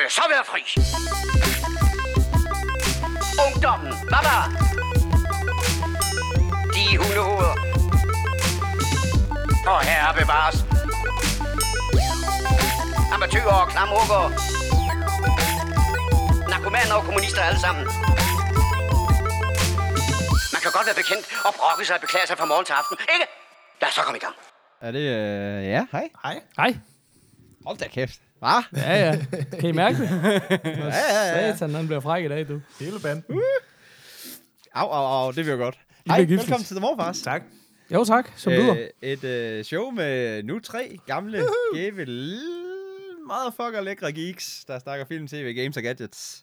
det så være fri. Ungdommen, baba. De hundehoveder. Og herre bevares. Amatøger og klamrukker. Narkomaner og kommunister alle sammen. Man kan godt være bekendt og brokke sig og beklage sig fra morgen til aften, ikke? Lad os så komme i gang. Er det... ja, hej. Hej. Hold da kæft. Hva? Ja. Kan I mærke det? Ja. Satan, han bliver fræk i dag, du. Hele banden. Au, det bliver godt. Hej, velkommen til The Morfars. Tak. Jo, tak. Som lyder. Et show med nu 3 gamle, gæve, motherfucker lækre geeks, der snakker film, tv, games og gadgets.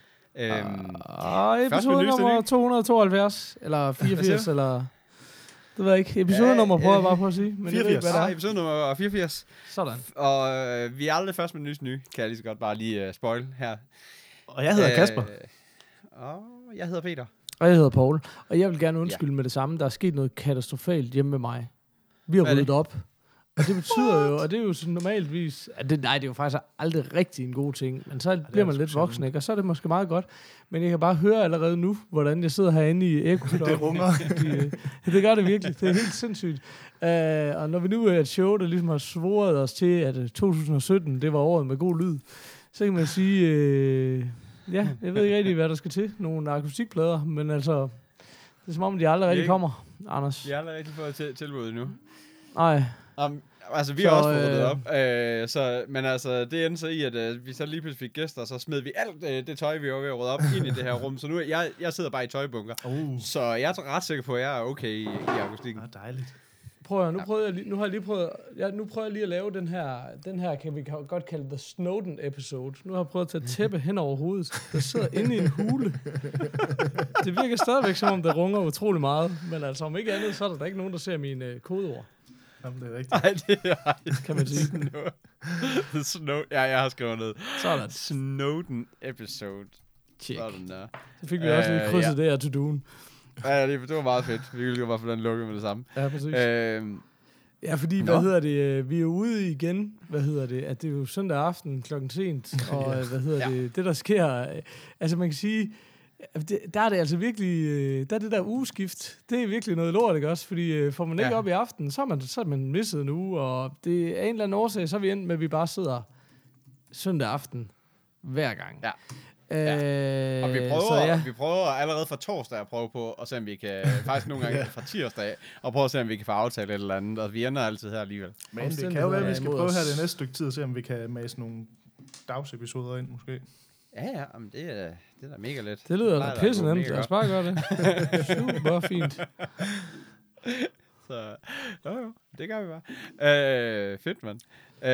Episode nummer 272, eller 84, eller... Det ved jeg ikke. Episode nummer prøver jeg bare på at sige. Men 84. Jeg ved ikke, hvad det er. Episode nummer 84. Sådan. Og vi er aldrig først med ny, kan jeg lige så godt bare lige spoil her. Og jeg hedder Kasper. Og jeg hedder Peter. Og jeg hedder Paul. Og jeg vil gerne undskylde med det samme. Der er sket noget katastrofalt hjemme med mig. Vi har ryddet op. Og det betyder jo, og det er jo sådan normaltvis... det er jo faktisk aldrig rigtig en god ting. Men så bliver man lidt voksen, ikke? Og så er det måske meget godt. Men jeg kan bare høre allerede nu, hvordan jeg sidder herinde i Eko. Det runger. Det gør det virkelig. Det er helt sindssygt. Og når vi nu er et show, der ligesom har svoret os til, at 2017, det var året med god lyd, så kan man sige... jeg ved ikke rigtig, hvad der skal til. Nogle akustikplader, men altså... Det er som om, de aldrig rigtig kommer, Anders. Vi har aldrig rigtig fået tilbud endnu. Nej. Altså, vi har også fået det op. Men altså, det endte så i, at vi så lige pludselig fik gæster, og så smed vi alt det tøj, vi var ved at rydde op ind i det her rum. Så nu jeg sidder bare i tøjbunker. Så jeg er ret sikker på, at jeg er okay i akustikken. Det er dejligt. Nu prøver jeg lige at lave den her kan vi godt kalde the Snowden episode. Nu har jeg prøvet at tage tæppe hen over hovedet. Der sidder inde i en hule. Det virker stadigvæk som om, der runger utrolig meget. Men altså, om ikke andet, så er der ikke nogen, der ser mine kodeord. Jamen, det er rigtigt. Nej, det er kan man sige. Jeg har skrevet ned. Sådan. Snowden episode. Check. Sådan der. Så fik vi også lige krydset det her to do'en. Ja, det var meget fedt. Vi ville jo bare få den lukket med det samme. Ja, præcis. Ja, fordi, vi er jo ude igen, at det er jo søndag aften klokken sent, og det der sker, altså man kan sige, der er det altså virkelig, der er det der ugeskift, det er virkelig noget lort, ikke også? Fordi får man ikke op i aften, så er man misset en uge, og det er en eller anden årsag, så er vi endt med, at vi bare sidder søndag aften hver gang. Ja. Og vi prøver allerede fra torsdag at prøve på, og se om vi kan, faktisk nogle gange fra tirsdag, og prøve at se om vi kan få aftalt et eller andet, og vi ender altid her alligevel. Men det kan jo være, at vi skal prøve her det næste stykke tid, og se om vi kan mase nogle dagsepisoder ind, måske. Ja, men det er da mega let. Det lyder da pisse nemt, lad os bare gøre det. Super fint. Så, jo, det gør vi bare. Fedt, mand.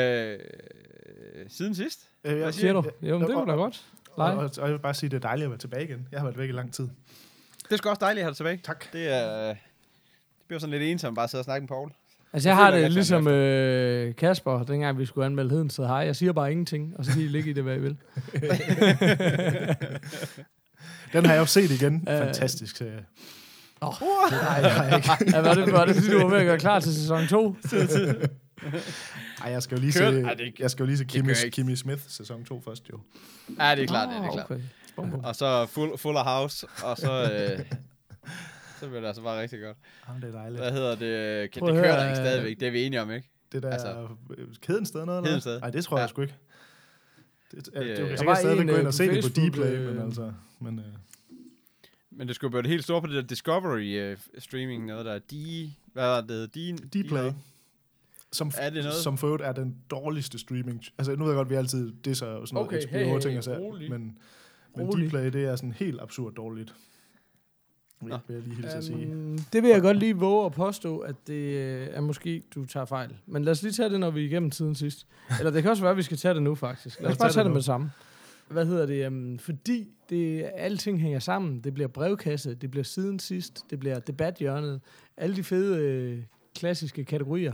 Siden sidst? Hvad siger du? Jo, men det var da godt. Og jeg vil bare sige, at det er dejligt at være tilbage igen. Jeg har været væk i lang tid. Det er sgu også dejligt at have dig tilbage. Tak. Det bliver sådan lidt ensomt bare at sidde og snakke med Paul. Altså jeg har det ligesom Kasper, dengang vi skulle anmelde Heden, så jeg siger bare ingenting, og så kan I ligge i det, hvad I vil. Den har jeg jo set igen. Fantastisk serie. Nej, ikke. Var det fordi, du var ved at gøre klar til sæson 2? Nej, jeg skal jo lige se Kimmy Smith sæson 2 først, jo. Ja, det er klart, Okay. Og så Fuller House, og så... så bliver det altså bare rigtig godt. Jamen, det er dejligt. Hvad hedder det? Det kører der ikke stadigvæk. Det er vi enige om, ikke? Det der altså, Hedensted noget? Hedensted. Nej, det tror jeg sgu ikke. Du kan sikkert stadigvæk gå ind og se det på Dplay, men altså... Men det skulle blive det helt store på det der Discovery streaming, noget der hvad var det? Dplay. Som for øvrigt er den dårligste streaming. Altså, nu ved jeg godt, vi altid disser sådan noget HBO-ting og så, men Dplay, det er sådan helt absurd dårligt. Vil jeg lige hilse at sige. Det vil jeg godt lige våge at påstå, at det er måske, du tager fejl. Men lad os lige tage det, når vi er igennem tiden sidst. Eller det kan også være, at vi skal tage det nu, faktisk. Lad os bare tage det med det samme. Fordi alting hænger sammen. Det bliver brevkasse, det bliver siden sidst, det bliver debathjørnet. Alle de fede klassiske kategorier.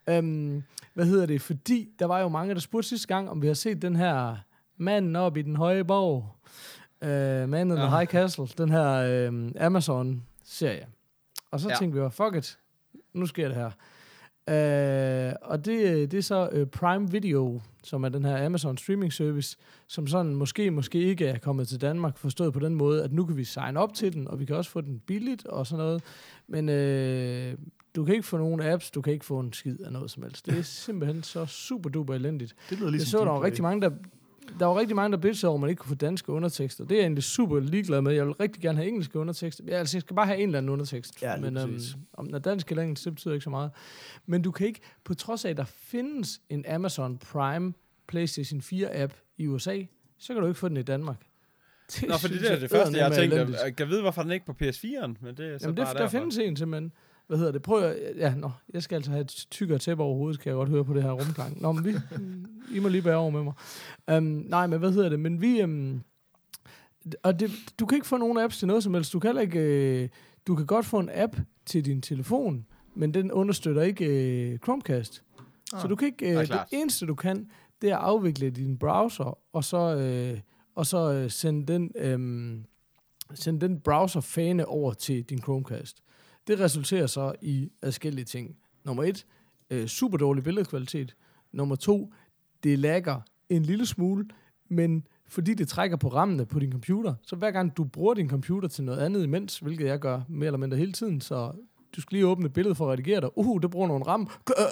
Fordi der var jo mange, der spurgte sidste gang, om vi har set den her Manden op i den høje borg. Man in the High Castle, den her Amazon-serie. Og så tænkte vi jo, fuck it, nu sker det her. Og det er så Prime Video, som er den her Amazon streaming service, som sådan måske ikke er kommet til Danmark, forstået på den måde, at nu kan vi sign op til den, og vi kan også få den billigt og sådan noget. Men du kan ikke få nogen apps, du kan ikke få en skid af noget som helst. Det er simpelthen så super duper elendigt. Det lyder ligesom jeg så, der var rigtig mange, der bitchede over, at man ikke kunne få danske undertekster. Det er jeg egentlig super ligeglad med. Jeg vil rigtig gerne have engelske undertekster. Jeg skal bare have en eller anden undertekst. Ja, men om den er dansk eller engelsk, det betyder ikke så meget. Men du kan ikke, på trods af, at der findes en Amazon Prime PlayStation 4-app i USA, så kan du ikke få den i Danmark. Nå, for det er det første, jeg har tænkt. Jeg kan vide, hvorfor den ikke på PS4'en. Men det er så jamen, bare der findes en simpelthen. Hvad hedder det? Prøv jeg skal altså have et tykkere tæppe over hovedet, kan jeg godt høre på det her rumklang. Nå, men I må lige bære over med mig. Nej, men hvad hedder det? Men vi... du kan ikke få nogen apps til noget som helst. Du kan heller ikke... du kan godt få en app til din telefon, men den understøtter ikke Chromecast. Så du kan ikke... det eneste, du kan, det er at afvikle din browser, og så sende den browser-fane over til din Chromecast. Det resulterer så i adskillige ting. Nummer 1, super dårlig billedkvalitet. Nummer 2, det lagger en lille smule, men fordi det trækker på rammene på din computer, så hver gang du bruger din computer til noget andet imens, hvilket jeg gør mere eller mindre hele tiden, så du skal lige åbne et billede for at redigere dig. Det bruger nogle ram.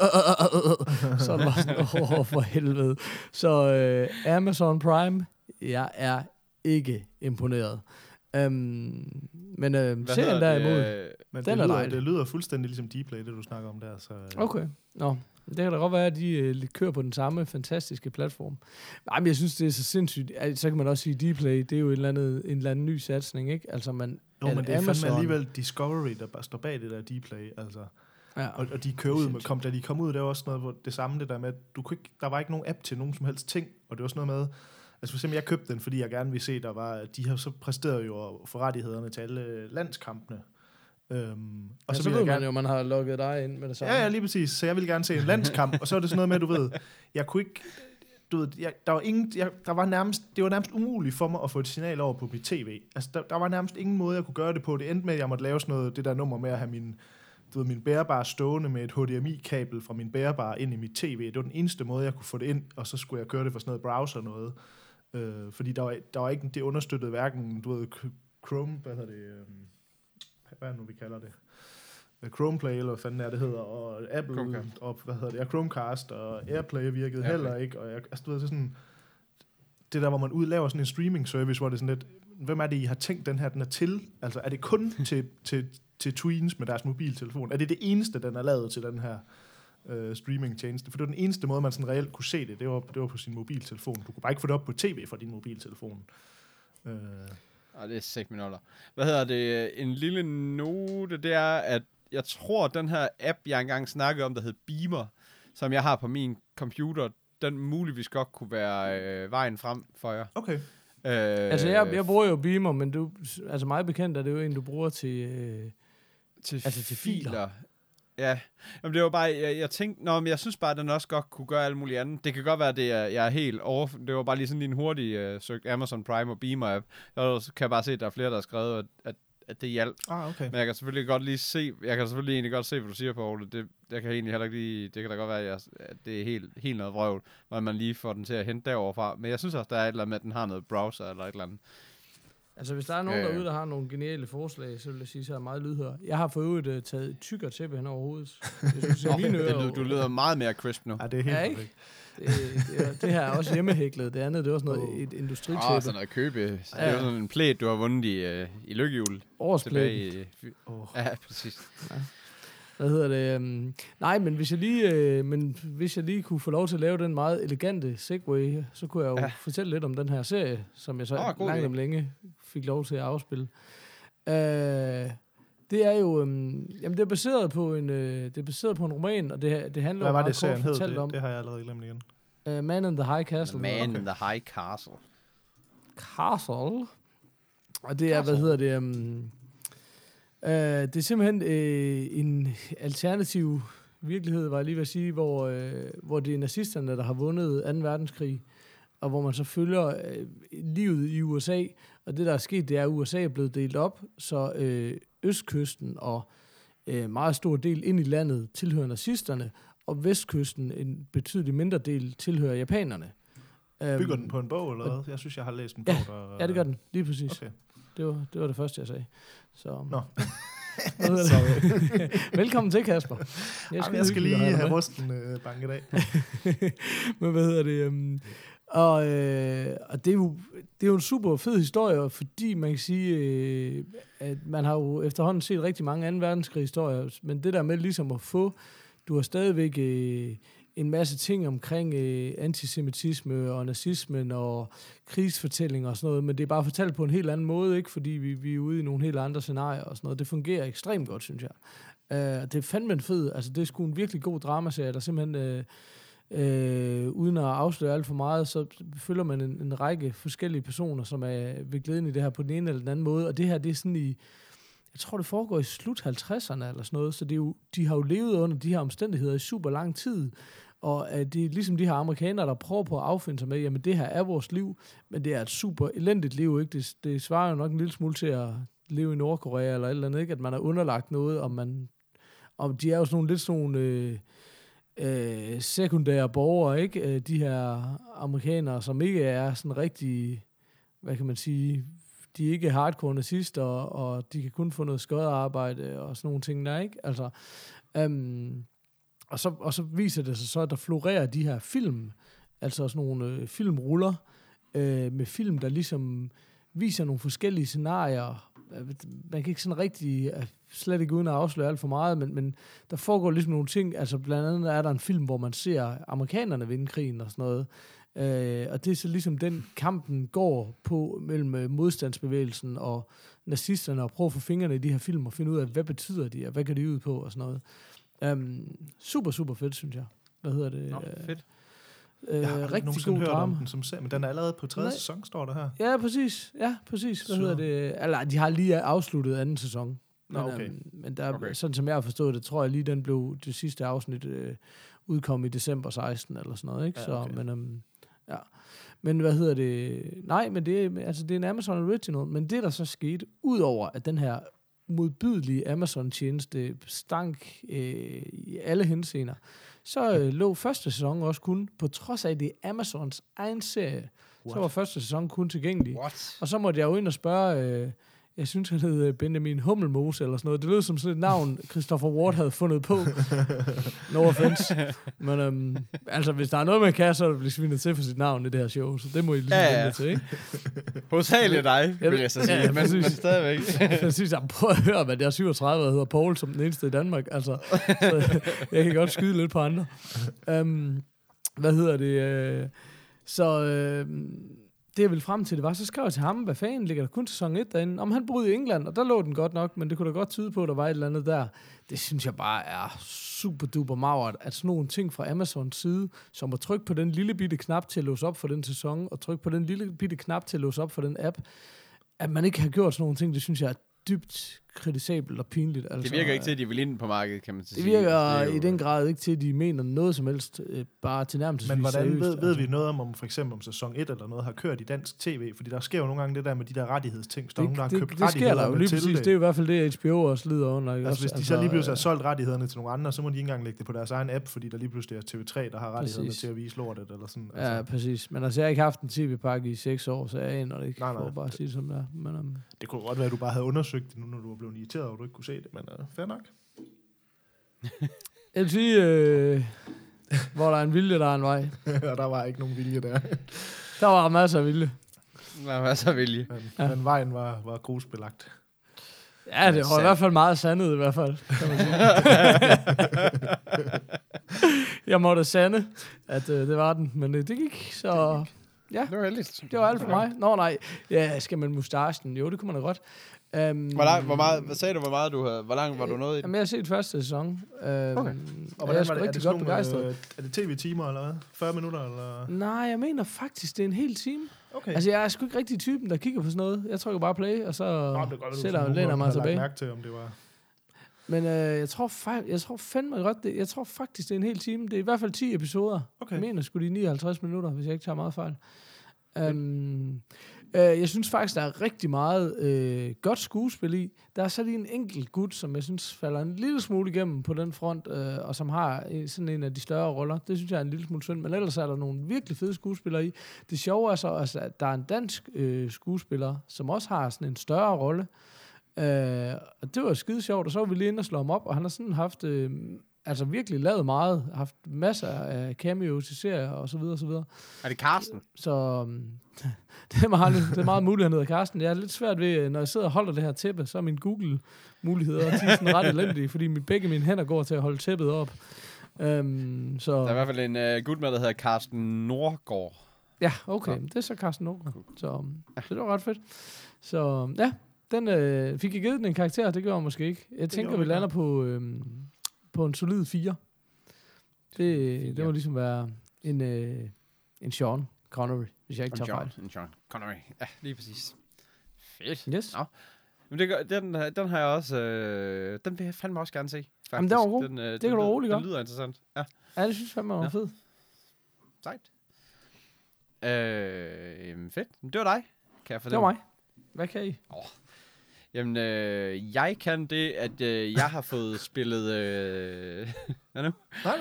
Så er det bare sådan, for helvede. Så Amazon Prime, jeg er ikke imponeret. Men serien derimod, men den det lyder fuldstændig ligesom Dplay, det du snakker om der. Så, okay, det kan da godt være, at de kører på den samme fantastiske platform. Nej, men jeg synes, det er så sindssygt. Så kan man også sige, Dplay, det er jo en eller anden ny satsning, ikke? Altså, men det er fandme alligevel Discovery, der bare står bag det der Dplay, altså. Ja, og de kører ud, da de kom ud, der var også noget, hvor det samme, det der med, at der var ikke nogen app til nogen som helst ting, og det var sådan noget med, altså for eksempel, jeg købte den, fordi jeg gerne ville se, de har så præsteret jo for rettighederne til alle landskampene. Og så ved man jo, man har logget dig ind med det samme. Ja, lige præcis. Så jeg ville gerne se en landskamp, og så er det sådan noget med, du ved, jeg kunne ikke, det var nærmest umuligt for mig at få et signal over på mit tv. Altså, der var nærmest ingen måde, jeg kunne gøre det på. Det endte med, at jeg måtte lave sådan noget, det der nummer med at have min bærbare stående med et HDMI-kabel fra min bærbare ind i mit tv. Det var den eneste måde, jeg kunne få det ind, og så skulle jeg køre det for sådan noget browser noget. Fordi der var ikke, det understøttede hverken, du ved, Chrome, hvad hedder det, hvad er det nu, vi kalder det? Chrome Play, eller hvad fanden det hedder, og Apple, Chromecast. Og hvad hedder det, Chromecast, og Airplay virkede heller ikke, og du ved, sådan, det der, hvor man laver sådan en streaming service, hvor det er sådan lidt, hvem er det, I har tænkt den er til? Altså, er det kun til tweens med deres mobiltelefon? Er det det eneste, den er lavet til den her streaming-tjeneste? For det var den eneste måde, man sådan reelt kunne se det, det var på sin mobiltelefon. Du kunne bare ikke få det op på tv fra din mobiltelefon. Det er sæt min older. Hvad hedder det? En lille note, det er, at jeg tror, den her app, jeg engang snakkede om, der hed Beamer, som jeg har på min computer, den muligvis godt kunne være vejen frem for jer. Okay. Altså, jeg bruger jo Beamer, men altså meget bekendt er det jo en, du bruger til filer. Ja, jamen det var bare, jeg tænkte, men jeg synes bare, at den også godt kunne gøre alt muligt andet. Det kan godt være, at jeg er helt over. Det var bare lige sådan en hurtig søgt Amazon Prime og Beamer app. Så kan jeg bare se, at der er flere, der har skrevet, at det hjalp. Okay. Men jeg kan selvfølgelig godt lige se, egentlig godt se, hvad du siger, Poul. Det kan egentlig heller ikke lige, det kan da godt være, at det er helt noget vrøvl, hvor man lige får den til at hente deroverfra. Men jeg synes også, der er et eller andet med, at den har noget browser eller et eller andet. Altså, hvis der er nogen derude, der har nogle geniale forslag, så vil jeg sige, så er jeg meget lydhør. Jeg har for øvrigt taget et tykkere tæppe hen over hovedet. Du lyder meget mere crisp nu. Ja, det er helt perfekt. Det her er også hjemmehæklet. Det andet, det er også noget et industritæppe. Sådan noget købe. Det er jo sådan en plæt, du har vundet i lykkehjul. Årsplæt. Ja, præcis. Ja. Hvad hedder det? Nej, men hvis jeg lige kunne få lov til at lave den meget elegante segway, så kunne jeg jo fortælle lidt om den her serie, som jeg så langt om længe fik lov til at afspille. Det er jo det er baseret på en roman, og det handler om, hvad var det serien hed? Det har jeg allerede glemt igen. Man in the High Castle. Man in the High Castle. Castle. Og det er, hvad hedder det? Det er simpelthen en alternativ virkelighed, var jeg lige ved at sige, hvor det er nazisterne, der har vundet 2. verdenskrig, og hvor man så følger livet i USA. Og det, der er sket, det er, at USA er blevet delt op, så østkysten og meget stor del ind i landet tilhører nazisterne, og vestkysten en betydelig mindre del tilhører japanerne. Bygger den på en bog, eller hvad? Jeg synes, jeg har læst en bog, der... Ja, det gør den. Lige præcis. Okay. Det var det første, jeg sagde. Så... Nå. Velkommen til, Kasper. Jeg skal lige have rusten banket af. Men hvad hedder det? Og det er jo en super fed historie, fordi man kan sige, at man har jo efterhånden set rigtig mange 2. verdenskrig-historier, men det der med ligesom at få, du har stadigvæk en masse ting omkring antisemitisme og nazismen og krigsfortællinger og sådan noget, men det er bare fortalt på en helt anden måde, ikke? Fordi vi er ude i nogle helt andre scenarier og sådan noget. Det fungerer ekstremt godt, synes jeg. Det er fandme en fed, altså det er sgu en virkelig god dramaserie, der simpelthen... uden at afsløre alt for meget, så følger man en række forskellige personer, som er ved glæden i det her på den ene eller den anden måde, og det her, det er sådan i, jeg tror, det foregår i slut 50'erne eller sådan noget, så det er jo, de har jo levet under de her omstændigheder i super lang tid, og det er ligesom de her amerikanere, der prøver på at affinde sig med, jamen det her er vores liv, men det er et super elendigt liv, ikke? Det svarer jo nok en lille smule til at leve i Nordkorea eller et eller andet, ikke? At man er underlagt noget, og de er jo sådan nogle lidt sådan nogle sekundære borgere, ikke? De her amerikanere, som ikke er sådan rigtig, hvad kan man sige, de er ikke hardcore nazister, og de kan kun få noget skøderarbejde og sådan nogle ting der, ikke? Altså, og så viser det sig så, at der florerer de her film, altså sådan nogle filmruller, med film, der ligesom viser nogle forskellige scenarier. Man kan ikke sådan rigtig, slet ikke uden at afsløre alt for meget, men der foregår ligesom nogle ting, altså blandt andet er der en film, hvor man ser amerikanerne vinde krigen og sådan noget, og det er så ligesom den kampen går på mellem modstandsbevægelsen og nazisterne, og prøve at få fingrene i de her film og finde ud af, hvad betyder de, og hvad kan de ud på og sådan noget. Super, super fedt, synes jeg. Hvad hedder det? Fedt. Jeg har rigtig god hørt drama. Om den som ser, men den er allerede på 3. sæson, står der her. Ja, præcis. Hvad hedder det? Eller, de har lige afsluttet 2. sæson. Men, okay. Men der, sådan som jeg har forstået det, tror jeg lige, den blev det sidste afsnit udkom i december 16 eller sådan noget, ikke? Ja, okay. Så, men ja. Men hvad hedder det? Nej, men det er en Amazon Original, men det der så skete, udover at den her modbydelige Amazon-tjeneste stank i alle henseender, så lå første sæson også kun, på trods af det Amazons egen serie, så var første sæson kun tilgængelig. What? Og så måtte jeg jo ind og spørge, jeg synes, han hed Benjamin Hummelmose eller sådan noget. Det lød som sådan et navn, Christopher Ward havde fundet på. No offense. Men altså, hvis der er noget, man kan, så er det blive svinet til for sit navn i det her show. Så det må I ligesom vende til, ikke? Hovedsageligt dig, vil jeg så sige. Ja, men stadigvæk. Jeg synes, jeg prøver at høre, hvad det er 37, der hedder Paul, som den eneste i Danmark. Altså, så jeg kan godt skyde lidt på andre. Hvad hedder det? Det jeg ville frem til, det var, så skrev jeg til ham, hvad fanden ligger der kun sæson 1 derinde? Om han boede i England, og der lå den godt nok, men det kunne da godt tyde på, at der var et eller andet der. Det synes jeg bare er super duper magert, at sådan nogle ting fra Amazons side, som at trykke på den lille bitte knap til at låse op for den sæson, og trykke på den lille bitte knap til at låse op for den app, at man ikke har gjort sådan nogle ting, det synes jeg er dybt kritisabelt og pinligt. Altså, det virker ikke til, at de vil ind på markedet, kan man sige. Det virker i den grad ikke til, at de mener noget som helst, bare til nærmest. Men hvordan ved vi noget om for eksempel om sæson 1 eller noget har kørt i dansk tv? Fordi der sker jo nogle gange det der med de der rettighedsting. Det sker der jo lige præcis. Det er i hvert fald det, HBO også lider under. Altså hvis de så lige pludselig har solgt rettighederne til nogle andre, så må de ikke engang lægge det på deres egen app, fordi der lige pludselig er TV3, der har rettighederne til at vise lortet eller sådan. Altså. Ja, præcis. Men altså, jeg har ikke haft en tv-pakke i 6 år, så jeg aner det ikke. Nej. Bare sige som det er. Men, det kunne godt være, at du bare havde undersøgt det nu, når du var blevet irriteret, og du ikke kunne se det, men fair nok. Jeg vil sige, hvor der er en vilje, der er en vej. Og der var ikke nogen vilje der. Der var masser af vilje. Der var masser af vilje. Men vejen var grusbelagt. Ja, det var i hvert fald meget sandet i hvert fald, kan man sige. Jeg måtte sande, at det var den, men det gik, så... Ja, det var heldigt. Det var alt for mig. Nå nej, ja, skal man mustachen? Jo, det kunne man da godt. Hvor meget, hvad sagde du, hvor langt var du nået i den? Jamen, jeg har set første sæson. Okay. Og hvordan var det? Rigtig godt begejstret. Er det tv-timer eller hvad? 40 minutter? Eller? Nej, jeg mener faktisk, det er en hel time. Okay. Altså, jeg er sgu ikke rigtig typen, der kigger på sådan noget. Jeg trykker bare play, og så læner mig tilbage. Mærke til, om det var... Men jeg tror fandme godt, jeg tror faktisk, det er en hel time. Det er i hvert fald 10 episoder. Okay. Jeg mener sgu de 59 minutter, hvis jeg ikke tager meget fejl. Jeg synes faktisk, der er rigtig meget godt skuespil i. Der er så lige en enkelt gut, som jeg synes falder en lille smule igennem på den front, og som har sådan en af de større roller. Det synes jeg er en lille smule synd, men ellers er der nogle virkelig fede skuespillere i. Det sjove er så, altså, at der er en dansk skuespiller, som også har sådan en større rolle. Og det var skide sjovt, og så var vi lige inde og slå ham op, og han har sådan haft... altså virkelig lavet meget, haft masser af cameos i serier og så videre og så videre. Er det Carsten? Så det er meget muligt, han hedder Carsten. Jeg er lidt svært ved, når jeg sidder og holder det her tæppe, så er min Google-muligheder sådan ret elendige, fordi begge mine hænder går til at holde tæppet op. Så der er i hvert fald en gut med, der hedder Carsten Nordgaard. Ja, okay. Det er så Carsten Nordgaard. Så det var ret fedt. Så ja, den fik jeg givet den en karakter, det gjorde jeg måske ikke. Jeg tænker, vi lander på en solid 4. Det må ligesom være en Sean Connery, hvis jeg ikke tager fejl. En Sean Connery. Ja, lige præcis. Fedt. Yes. Nå. Men den har jeg også... den vil jeg fandme også gerne se, faktisk. Jamen, den var god. Det kan du roligt gøre. Det lyder interessant. Ja, det synes jeg fandme var fedt. Sejt. Fedt. Det var dig, kan jeg fortælle. Det var mig. Hvad kan I? Jamen, jeg kan det, at jeg har fået spillet... hvad nu? Nej.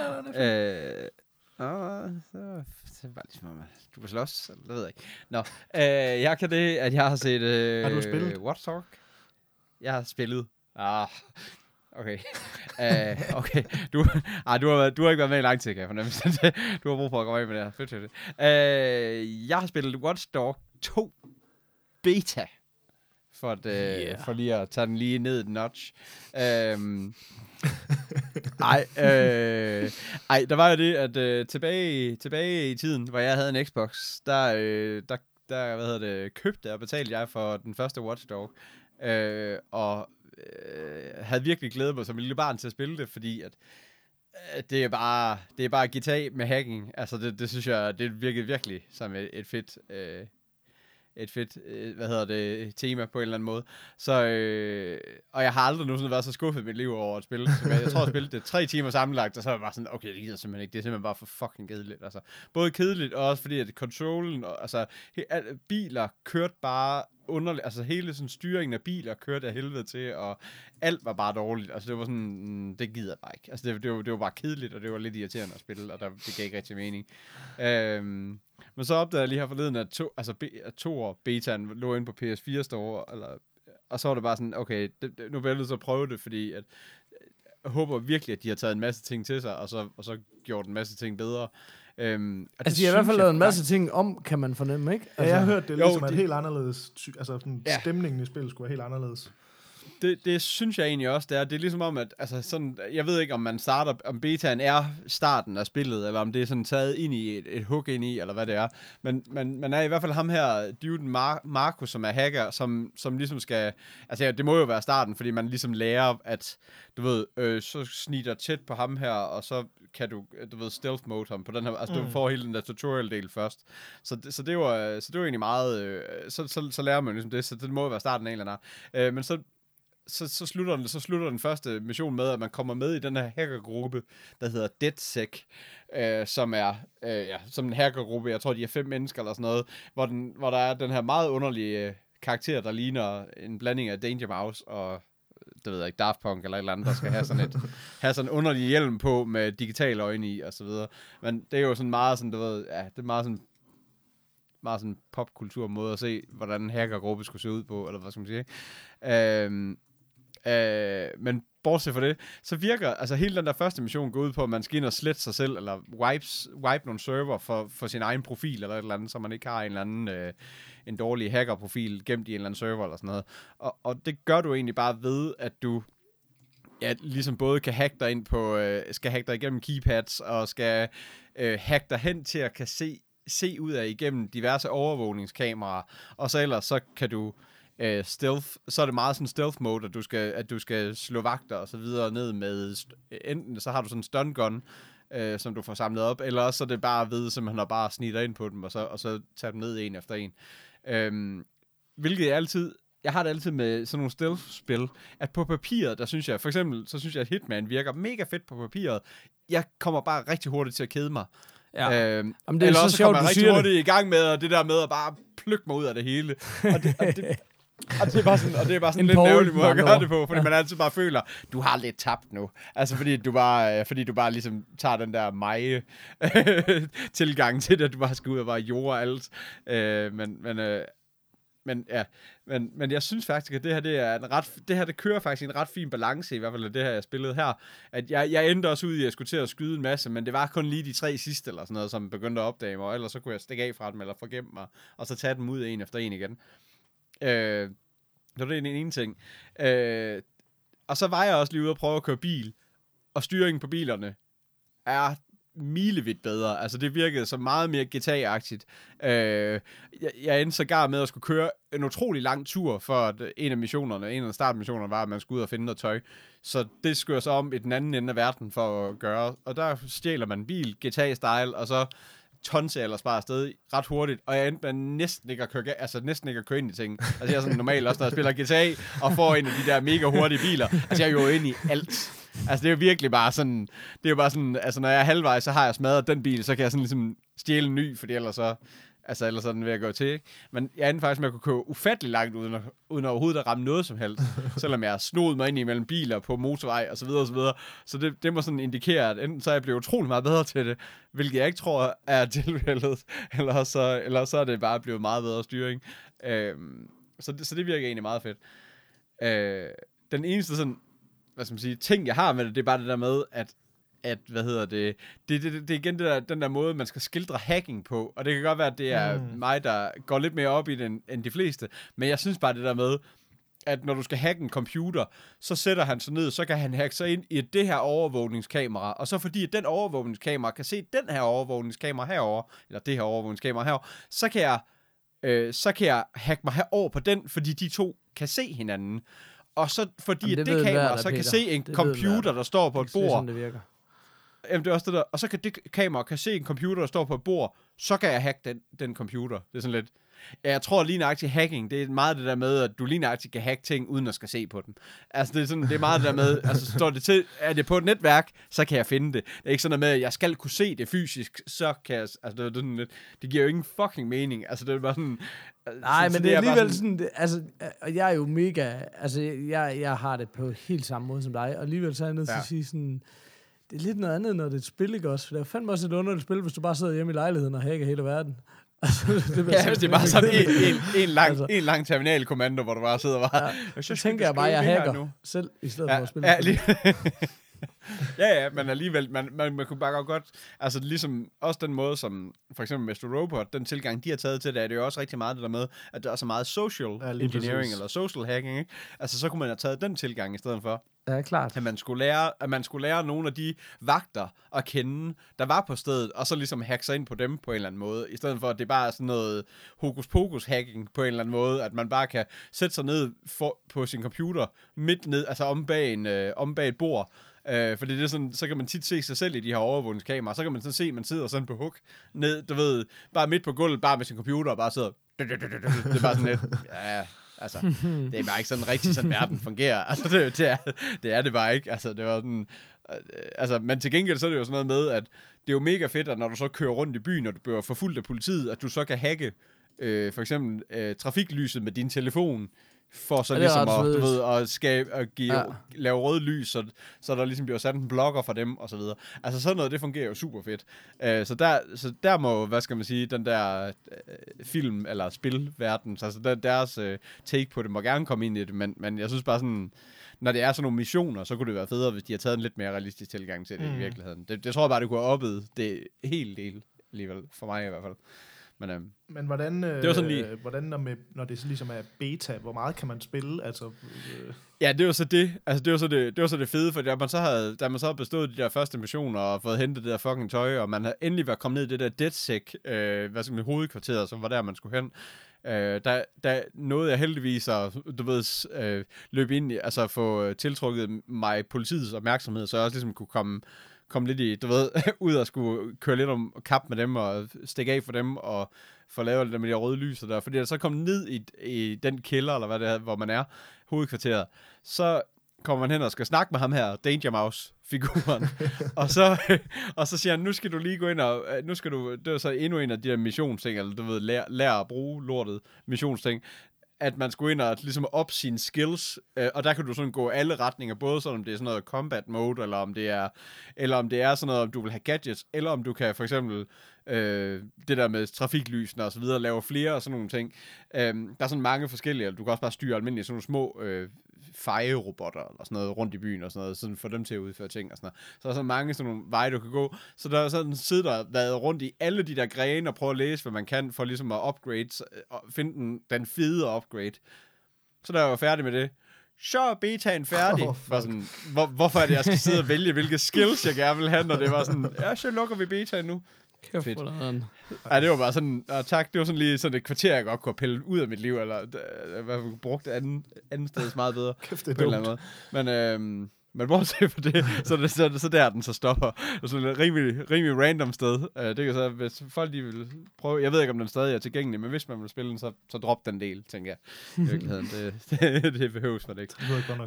Så bare ligesom, du kan slås, eller det ved jeg ikke. Nå, jeg kan det, at jeg har set... har du spillet? Watch Talk. Jeg har spillet. Okay. Okay. Du har ikke været med i lang tid, kan jeg fornemme. Du har brug for at komme af med det her. Fedt. Jeg har spillet Watch Dogs 2 Beta. For lige at tage den lige ned et notch. Der var jo det, at tilbage i tiden, hvor jeg havde en Xbox, der købte og betalte jeg for den første Watch Dogs, og havde virkelig glædet mig som lille barn til at spille det, fordi at det er bare GTA med hacking. Altså det synes jeg, det virkede virkelig som et fedt tema på en eller anden måde. Så, og jeg har aldrig nogensinde været så skuffet i mit liv over at spille. Så jeg tror, jeg spillede det 3 timer sammenlagt, og så var jeg bare sådan, okay, det gider simpelthen ikke. Det er simpelthen bare for fucking kedeligt. Altså, både kedeligt, og også fordi, at controlen, altså, biler kørte bare underligt. Altså, hele sådan styringen af biler kørte af helvede til, og alt var bare dårligt. Altså, det var sådan, det gider jeg bare ikke. Altså, det var bare kedeligt, og det var lidt irriterende at spille, og det gav ikke rigtig mening. Men så opdagede jeg lige her forleden, at betaen lå inde på PS4 Store, og så var det bare sådan, okay, nu vil jeg så prøve det, fordi at jeg håber virkelig, at de har taget en masse ting til sig, og så gjort en masse ting bedre. Altså, de har i hvert fald lavet en masse ting om, kan man fornemme, ikke? Altså, jeg har hørt det ligesom, at helt anderledes, altså stemningen i spillet skulle være helt anderledes. Det synes jeg egentlig også, det er. Det er ligesom om, at altså sådan, jeg ved ikke, om man starter, om betaen er starten af spillet, eller om det er sådan taget ind i et hook ind i, eller hvad det er. Men man er i hvert fald ham her, duden Marco, som er hacker, som ligesom skal, altså det må jo være starten, fordi man ligesom lærer, at du ved, så sniger tæt på ham her, og så kan du ved, stealth mode ham på den her, altså du får hele den der tutorial-del først. Så det var egentlig meget, så lærer man ligesom det, så det må jo være starten af en eller anden. Men så slutter den første mission med, at man kommer med i den her hackergruppe, der hedder DeadSec, som er som en hackergruppe, jeg tror, de er 5 mennesker eller sådan noget, hvor der er den her meget underlige karakter, der ligner en blanding af Danger Mouse og det ved jeg ikke, Daft Punk eller et eller andet, der skal have sådan en underlig hjelm på med digitale øjne i og så videre. Men det er jo sådan meget sådan, du ved, det er meget sådan popkultur måde at se, hvordan en hackergruppe skulle se ud på, eller hvad skal man sige. Men bortset fra det, så virker, altså hele den der første mission går ud på, at man skal ind og slette sig selv, eller wipe nogle server for sin egen profil, eller et eller andet, så man ikke har en eller anden en dårlig hackerprofil gemt i en eller anden server, eller sådan noget. Og det gør du egentlig bare ved, at du ligesom både kan hacke dig ind på, skal hacke dig igennem keypads, og skal hacke dig hen til at kan se ud af igennem diverse overvågningskameraer, og så ellers så kan du stealth, så er det meget sådan stealth mode, at du skal slå vagter og så videre ned med, enten så har du sådan en stun gun, som du får samlet op, eller også så er det bare ved, simpelthen at bare snige dig ind på dem, og så tage dem ned en efter en. Hvilket jeg har det altid med sådan nogle stealth-spil, at på papiret, der synes jeg, for eksempel, så synes jeg, at Hitman virker mega fedt på papiret. Jeg kommer bare rigtig hurtigt til at kede mig. Ja. Jamen, det er eller også så kommer jeg rigtig hurtigt i gang med det der med at bare plukke mig ud af det hele. Og det er bare sådan lidt ærgerlig måde at gøre det på, fordi man altid bare føler, du har lidt tabt nu. Altså fordi du bare ligesom tager den der mig tilgang til det, at du bare skal ud og bare jorde alt. Men jeg synes faktisk, at det her det kører faktisk en ret fin balance, i hvert fald det her jeg spillede her. At jeg endte også ud i at skulle til at skyde en masse, men det var kun lige de 3 sidste eller sådan noget, som begyndte at opdage mig, og ellers så kunne jeg stikke af fra dem eller forgemme mig, og så tage dem ud en efter en igen. Det var det en ene ting. Og så var jeg også lige ude og prøve at køre bil, og styringen på bilerne er milevidt bedre. Altså, det virkede så meget mere GTA-agtigt. Jeg endte sågar med at skulle køre en utrolig lang tur, for at en af startmissionerne var, at man skulle ud og finde noget tøj. Så det skulle jeg så om i den anden ende af verden for at gøre. Og der stjæler man bil, GTA-style, og så tonser ellers bare afsted ret hurtigt, og jeg endte med næsten ikke at køre ind i ting. Altså, jeg er sådan normalt også, når jeg spiller GTA, og får en af de der mega hurtige biler. Altså, jeg er jo inde i alt. Altså, det er jo virkelig bare sådan, altså, når jeg er halvvejs, så har jeg smadret den bil, så kan jeg sådan ligesom stjæle en ny, fordi ellers er den ved at gå til, ikke? Men jeg endte faktisk med at kunne køre ufattelig langt, uden overhovedet at ramme noget som helst, selvom jeg snod mig ind imellem biler på motorvej, og så videre, og så videre. Så det må sådan indikere, at enten så er jeg blevet utrolig meget bedre til det, hvilket jeg ikke tror er tilfældet, eller så er det bare blevet meget bedre styring. Så det virker egentlig meget fedt. Den eneste sådan, hvad skal man sige, ting jeg har med det er bare det der med, at det er igen den der måde, man skal skildre hacking på, og det kan godt være, at det er mig, der går lidt mere op i det, end de fleste, men jeg synes bare det der med, at når du skal hacke en computer, så sætter han sig ned, så kan han hacke sig ind i det her overvågningskamera, og så fordi at den overvågningskamera kan se den her overvågningskamera herover, eller det her overvågningskamera herover, så kan jeg hacke mig herover på den, fordi de to kan se hinanden. Og så fordi det kamera så kan se en computer, der står på et bord. Sådan, det virker. Jamen, det er også det der. Og så kan det kamera kan se en computer, der står på et bord, så kan jeg hacke den computer. Det er sådan lidt. Jeg tror lige nøjagtigt hacking, det er meget det der med, at du lige nøjagtigt kan hacke ting, uden at skal se på dem. Altså, det er meget det der med, altså, står det til, er det på et netværk, så kan jeg finde det. Det er ikke sådan noget med, at jeg skal kunne se det fysisk, så kan jeg, altså, det giver jo ingen fucking mening. Altså, det er bare sådan. Nej, men det er alligevel sådan, altså, jeg er jo mega, altså, jeg har det på helt samme måde som dig, og alligevel så er jeg nødt til at sige sådan, det er lidt noget andet, når det er et spil, ikke også? For det er fandme også et underligt spil, hvis du bare sidder hjemme i lejligheden og hacker hele verden. Altså, det er bare sådan en lang terminalkommando, hvor du bare sidder og bare. Ja, så tænker jeg bare, jeg hacker selv, i stedet for at spille. Ja, men alligevel, man kunne bare godt, altså ligesom også den måde, som for eksempel Mr. Robot, den tilgang, de har taget til det, er det jo også rigtig meget det der med, at der er så meget social engineering, eller social hacking, ikke? Altså, så kunne man have taget den tilgang i stedet for. Ja, klart. At man skulle lære nogle af de vagter at kende, der var på stedet, og så ligesom hacke sig ind på dem på en eller anden måde, i stedet for, at det bare er sådan noget hokus-pokus-hacking på en eller anden måde, at man bare kan sætte sig ned på sin computer, midt ned, altså om bag et bord, fordi det er sådan, så kan man tit se sig selv i de her overvågningskameraer, så kan man sådan se, at man sidder sådan på hook, ned, du ved, bare midt på gulvet, bare med sin computer, og bare sidder, det er bare sådan lidt, ja. Altså, det er bare ikke sådan rigtig, sådan verden fungerer. Altså, det er det bare ikke. Altså, det var sådan. Altså, men til gengæld så er det jo sådan noget med, at det er jo mega fedt, at når du så kører rundt i byen, og du bliver forfulgt af politiet, at du så kan hacke for eksempel trafiklyset med din telefon, for så ligesom lave rød lys, så der ligesom bliver sat en blokker for dem, og så videre. Altså sådan noget, det fungerer jo super fedt. Så der må, hvad skal man sige, den der film- eller spilverden, altså deres take på det, må gerne komme ind i det, men jeg synes bare sådan, når det er sådan nogle missioner, så kunne det være federe, hvis de har taget en lidt mere realistisk tilgang til det i virkeligheden. Det tror jeg bare, det kunne have oppet det helt del, alligevel, for mig i hvert fald. Men hvordan, det var sådan lige. Hvordan når det ligesom er beta, hvor meget kan man spille? Altså, Ja, det var så det. Altså, det var så det fede, for da man så havde bestået de der første missioner og fået hentet det der fucking tøj, og man havde endelig været kommet ned i det der DedSec, hovedkvarteret, som var der, man skulle hen. Der nåede jeg heldigvis at, løbe ind i, altså få tiltrukket mig politiets opmærksomhed, så jeg også ligesom kunne komme lidt i, ud og skulle køre lidt om kap med dem, og stikke af for dem, og få lavet det der med de røde lyser der. Fordi jeg så kom ned i den kælder, eller hvad det er, hvor man er, hovedkvarteret, så kommer man hen og skal snakke med ham her, Danger Mouse, figuren. og så siger han, nu skal du lige gå ind og, det er så endnu en af de der missionsting, eller du ved, lære at bruge lortet missionsting, at man skulle ind og ligesom op sine skills, og der kan du sådan gå alle retninger, både sådan om det er sådan noget combat mode, eller om det er sådan noget, om du vil have gadgets, eller om du kan for eksempel det der med trafiklysene og så videre, lave flere og sådan nogle ting. Der er sådan mange forskellige, du kan også bare styre almindelige sådan nogle små fejerobotter eller sådan noget rundt i byen og sådan noget, sådan for dem til at udføre ting og sådan noget. Så der er så mange sådan nogle veje, du kan gå. Så der er sådan siddet der været rundt i alle de der grene og prøve at læse, hvad man kan for ligesom at upgrade, finde den fede upgrade. Så da jeg var færdig med det, så er betaen færdig. Sådan, hvorfor er det, jeg skal sidde og vælge, hvilke skills jeg gerne vil have, når det var sådan, ja, så lukker vi betaen nu. Kæft, ja, det var bare sådan, tak, det var sådan lige sådan et kvarter, jeg godt kunne pille ud af mit liv, eller hvad jeg brugt anden steds meget bedre. Kæft, det er på en eller anden måde. Men bortset for det, så der den så stopper. Det er sådan et rimelig random sted. Det kan så, hvis folk de vil prøve, jeg ved ikke, om den stadig er tilgængelig, men hvis man vil spille den, så drop den del, tænker jeg. I virkeligheden, det behøves for det ikke. Det er godt nok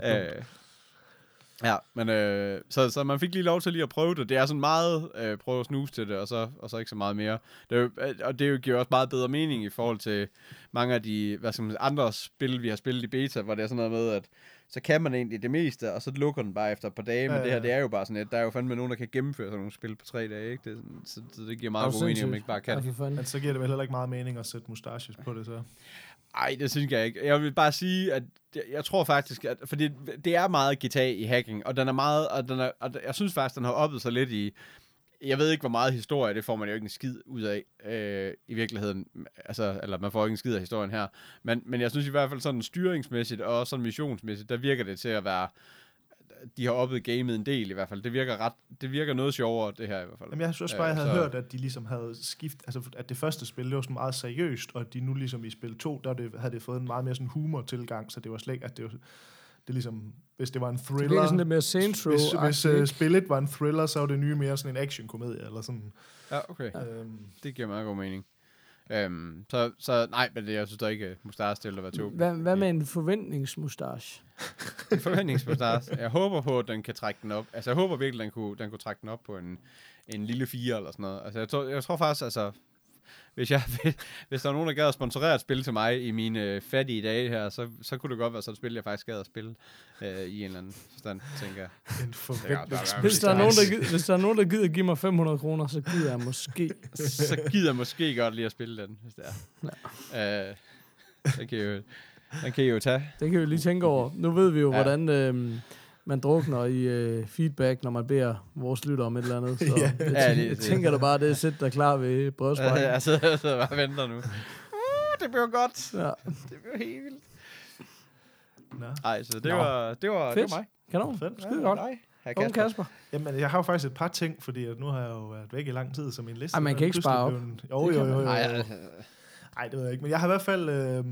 ja, men så man fik lige lov til lige at prøve det. Det er sådan meget prøve at snuse til det, og så ikke så meget mere. Det giver også meget bedre mening i forhold til mange af de andre spil, vi har spillet i beta, hvor det er sådan noget med, at så kan man egentlig det meste, og så lukker den bare efter et par dage. Men det her, det er jo bare sådan et, der er jo fandme nogen, der kan gennemføre sådan nogle spil på 3 dage, ikke? Så det giver meget god mening, om man ikke bare kan det. Men så giver det vel heller ikke meget mening at sætte mustaches på det, så? Ej, det synes jeg ikke. Jeg vil bare sige, at jeg tror faktisk, at fordi det er meget GTA i hacking, og den er meget, og jeg synes faktisk, den har oppet sig lidt i, jeg ved ikke, hvor meget historie, det får man jo ikke en skid ud af i virkeligheden, altså, eller man får ikke en skid af historien her, men jeg synes i hvert fald sådan styringsmæssigt og sådan missionsmæssigt, der virker det til at være, de har oppet gamet en del i hvert fald. Det virker noget sjovere, det her i hvert fald. Jamen, jeg synes bare, jeg havde hørt, at de ligesom havde altså at det første spil, det var sådan meget seriøst, og at de nu ligesom i spil 2, der havde det fået en meget mere sådan humor-tilgang, så det var slet ikke, at det ligesom, hvis det var en thriller. Det er sådan lidt mere Saints Row. Hvis spillet var en thriller, så var det nye mere sådan en action-komedie, eller sådan. Ja, okay. Det giver meget god mening. Så nej, men jeg synes da ikke, mustache til at være to. Hvad med en forventningsmustache? En forventningsmustache? Jeg håber på, at den kan trække den op. Altså, jeg håber virkelig, at den kunne trække den op på en lille 4 eller sådan noget. Altså, jeg tror faktisk, altså, hvis der er nogen, der gad at sponsorere et spil til mig i mine fattige dage her, så kunne det godt være sådan et spil, jeg faktisk gad at spille i en eller anden forstand, tænker jeg. En forventningsmustache. Hvis der er nogen, der gider give mig 500 kroner, så gider jeg måske. Så gider jeg måske godt lige at spille den, hvis det er. Ja. Den kan I jo tage. Det kan vi lige tænke over. Nu ved vi jo, hvordan man drukner i feedback, når man beder vores lytter om et eller andet. Så jeg tænker da bare, det er sæt der klar ved brødsprækken. Jeg sidder bare og venter nu. Det bliver godt. Ja. Det bliver helt vildt. Ej, så det var mig. Kanon. Skide godt. Ej, Kasper. Jamen, jeg har jo faktisk et par ting, fordi at nu har jeg jo været væk i lang tid, så min liste... Ej, man kan ikke spare op. Jo. Ej, det ved jeg ikke. Men jeg har i hvert fald...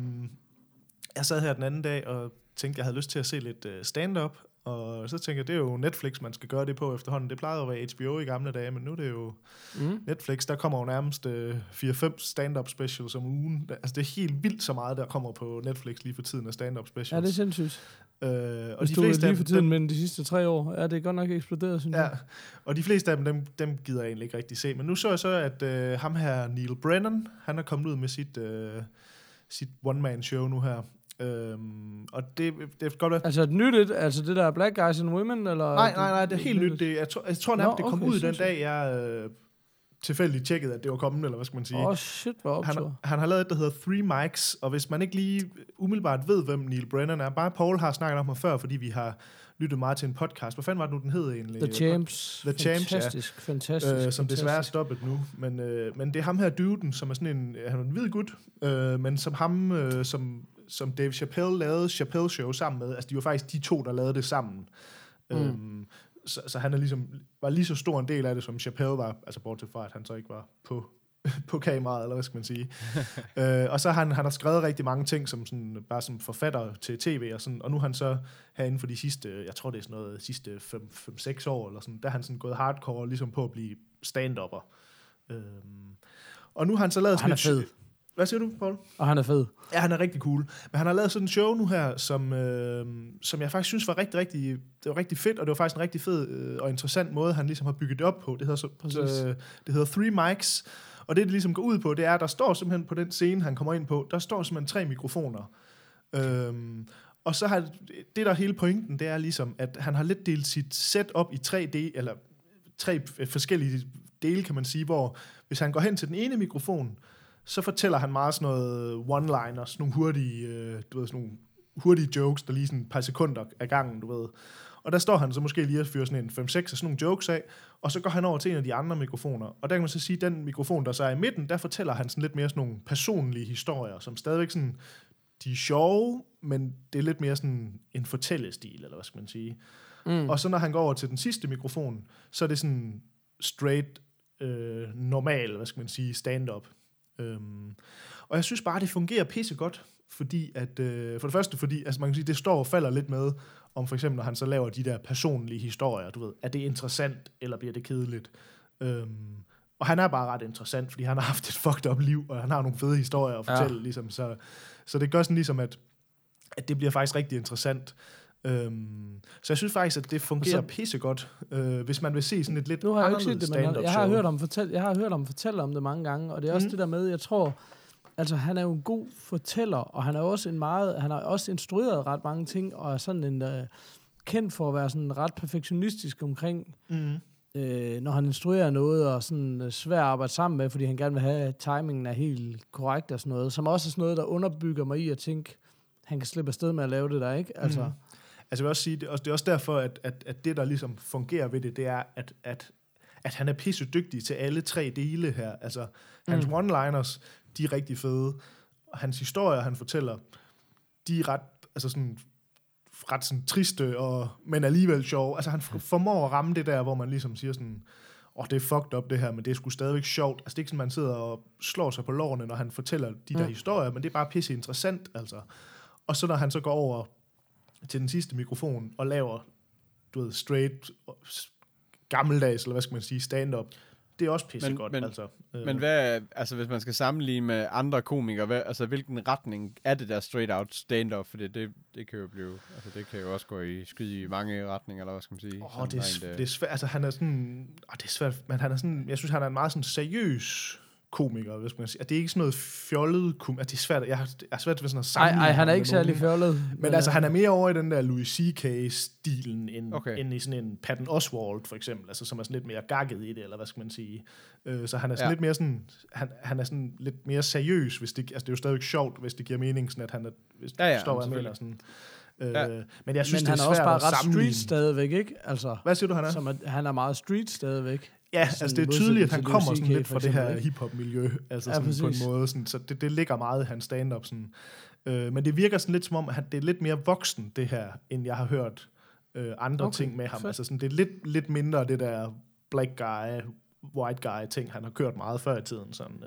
jeg sad her den anden dag og tænkte, jeg havde lyst til at se lidt stand-up, og så tænkte jeg, det er jo Netflix, man skal gøre det på efterhånden. Det plejede at være HBO i gamle dage, men nu er det jo Netflix. Der kommer jo nærmest 4-5 stand-up specials om ugen. Altså, det er helt vildt så meget, der kommer på Netflix lige for tiden af stand-up specials. Ja, det er sindssygt. Og de fleste lige for tiden, men de sidste 3 år er det godt nok eksploderet, synes jeg. Og de fleste af dem gider jeg egentlig ikke rigtig se. Men nu så jeg så, at ham her, Neil Brennan, han er kommet ud med sit one-man-show nu her. Og det er godt være... Altså et nyt, altså det der Black Guys and Women, eller... Nej, det er helt nyt. Jeg tror nærmest, det kom ud den dag, jeg tilfældigt tjekkede, at det var kommet, eller hvad skal man sige. Shit, hvor optur. Han har lavet et, der hedder 3 Mics, og hvis man ikke lige umiddelbart ved, hvem Neil Brennan er, bare Paul har snakket om ham før, fordi vi har lyttet meget til en podcast. Hvad fanden var det nu, den hed egentlig? The Champs. Fantastisk. Som desværre er stoppet nu. Men det er ham her, duden, som er sådan han er en hvid gut, men som ham, som Dave Chappelle lavede Chappelle Show sammen med. Altså, de var faktisk de to, der lavede det sammen. Så han er ligesom, var lige så stor en del af det, som Chappelle var, altså bortset fra, at han så ikke var på kameraet, eller hvad skal man sige. Og så han har skrevet rigtig mange ting, som sådan, bare som forfatter til tv, og, sådan, og nu er han så herinde for de sidste, jeg tror det er sådan noget, sidste 5-6 år, eller sådan, der er han sådan gået hardcore, ligesom på at blive stand-upper. Og nu har han så lavet... Han er fed. Hvad siger du, Paul? Og han er fed. Ja, han er rigtig cool. Men han har lavet sådan en show nu her, som jeg faktisk synes var det var rigtig fedt, og det var faktisk en rigtig fed og interessant måde, han ligesom har bygget det op på. Det hedder Three Mics, og det ligesom går ud på, det er, der står simpelthen på den scene, han kommer ind på, der står simpelthen 3 mikrofoner. Og så har det der hele pointen, det er ligesom, at han har lidt delt sit setup i 3 forskellige dele, kan man sige, hvor hvis han går hen til den ene mikrofon, så fortæller han meget sådan noget one-liners, nogle hurtige jokes, der lige sådan et par sekunder af gangen, du ved. Og der står han så måske lige at fyre sådan en 5-6 af sådan nogle jokes af, og så går han over til en af de andre mikrofoner. Og der kan man så sige, at den mikrofon, der så er i midten, der fortæller han sådan lidt mere sådan nogle personlige historier, som stadigvæk sådan, de er sjove, men det er lidt mere sådan en fortællestil, eller hvad skal man sige. Og så når han går over til den sidste mikrofon, så er det sådan straight, normal, hvad skal man sige, stand-up. Og jeg synes bare, det fungerer pissegodt, fordi at, for det første, fordi altså man kan sige, det står og falder lidt med, om for eksempel, når han så laver de der personlige historier, du ved, er det interessant, eller bliver det kedeligt? Og han er bare ret interessant, fordi han har haft et fucked up liv, og han har nogle fede historier at fortælle, ligesom, så det gør sådan ligesom, at det bliver faktisk rigtig interessant. Så jeg synes faktisk, at det fungerer pissegodt, hvis man vil se sådan et lidt nu har jeg anderledes ikke set det, stand-up men show. jeg har hørt ham fortælle om det mange gange, og det er også det der med, jeg tror, altså han er jo en god fortæller, og han er også han har også instrueret ret mange ting, og er sådan en kendt for at være sådan ret perfektionistisk omkring, når han instruerer noget, og sådan svært at arbejde sammen med, fordi han gerne vil have, at timingen er helt korrekt og sådan noget, som også er sådan noget, der underbygger mig i at tænke, han kan slippe afsted med at lave det der, ikke? Altså, Altså jeg vil også sige, det er også derfor, at det, der ligesom fungerer ved det, det er, at han er pisse dygtig til alle 3 dele her. Altså, hans one-liners, de er rigtig fede. Og hans historier, han fortæller, de er ret sådan triste, men alligevel sjove. Altså, han formår at ramme det der, hvor man ligesom siger sådan, det er fucked up det her, men det er sgu stadigvæk sjovt. Altså, det er ikke sådan, man sidder og slår sig på lårene, når han fortæller de der historier, men det er bare pisse interessant, altså. Og så når han så går over til den sidste mikrofon og laver, du ved, straight, gammeldags, eller hvad skal man sige, stand-up, det er også pissegodt, altså. Men hvad, altså hvis man skal sammenligne med andre komikere, altså hvilken retning er det der straight-out stand-up? For det kan jo blive, altså det kan jo også gå i skyde i mange retninger, eller hvad skal man sige? Det er svært, altså han er sådan, det er svært, men han er sådan, jeg synes, han er en meget sådan seriøs komiker, hvad skal man sige. At det er ikke sådan noget fjollet at det er svært, jeg har svært ved sådan at sammenligne. Nej, han er ikke særlig fjollet. Men altså, han er mere over i den der Louis C.K.-stilen, end i sådan en Patton Oswalt, for eksempel, altså, som er sådan lidt mere gakket i det, eller hvad skal man sige. Så han er sådan lidt mere sådan, han er sådan lidt mere seriøs, hvis det, altså det er jo stadigvæk sjovt, hvis det giver mening, sådan at han er, hvis det står af med, eller sådan. Men jeg synes, men det er han er også bare ret street stadigvæk, ikke? Altså, hvad siger du, han er? Han er meget street stadigvæk. Ja, altså det er tydeligt, at han kommer sådan lidt fra det her hiphop-miljø, altså sådan på en måde, sådan, så det ligger meget i hans stand-up. Sådan. Men det virker sådan lidt som om, at det er lidt mere voksen, det her, end jeg har hørt andre ting med ham. Fedt. Altså sådan, det er lidt mindre det der black guy, white guy ting, han har kørt meget før i tiden. Sådan,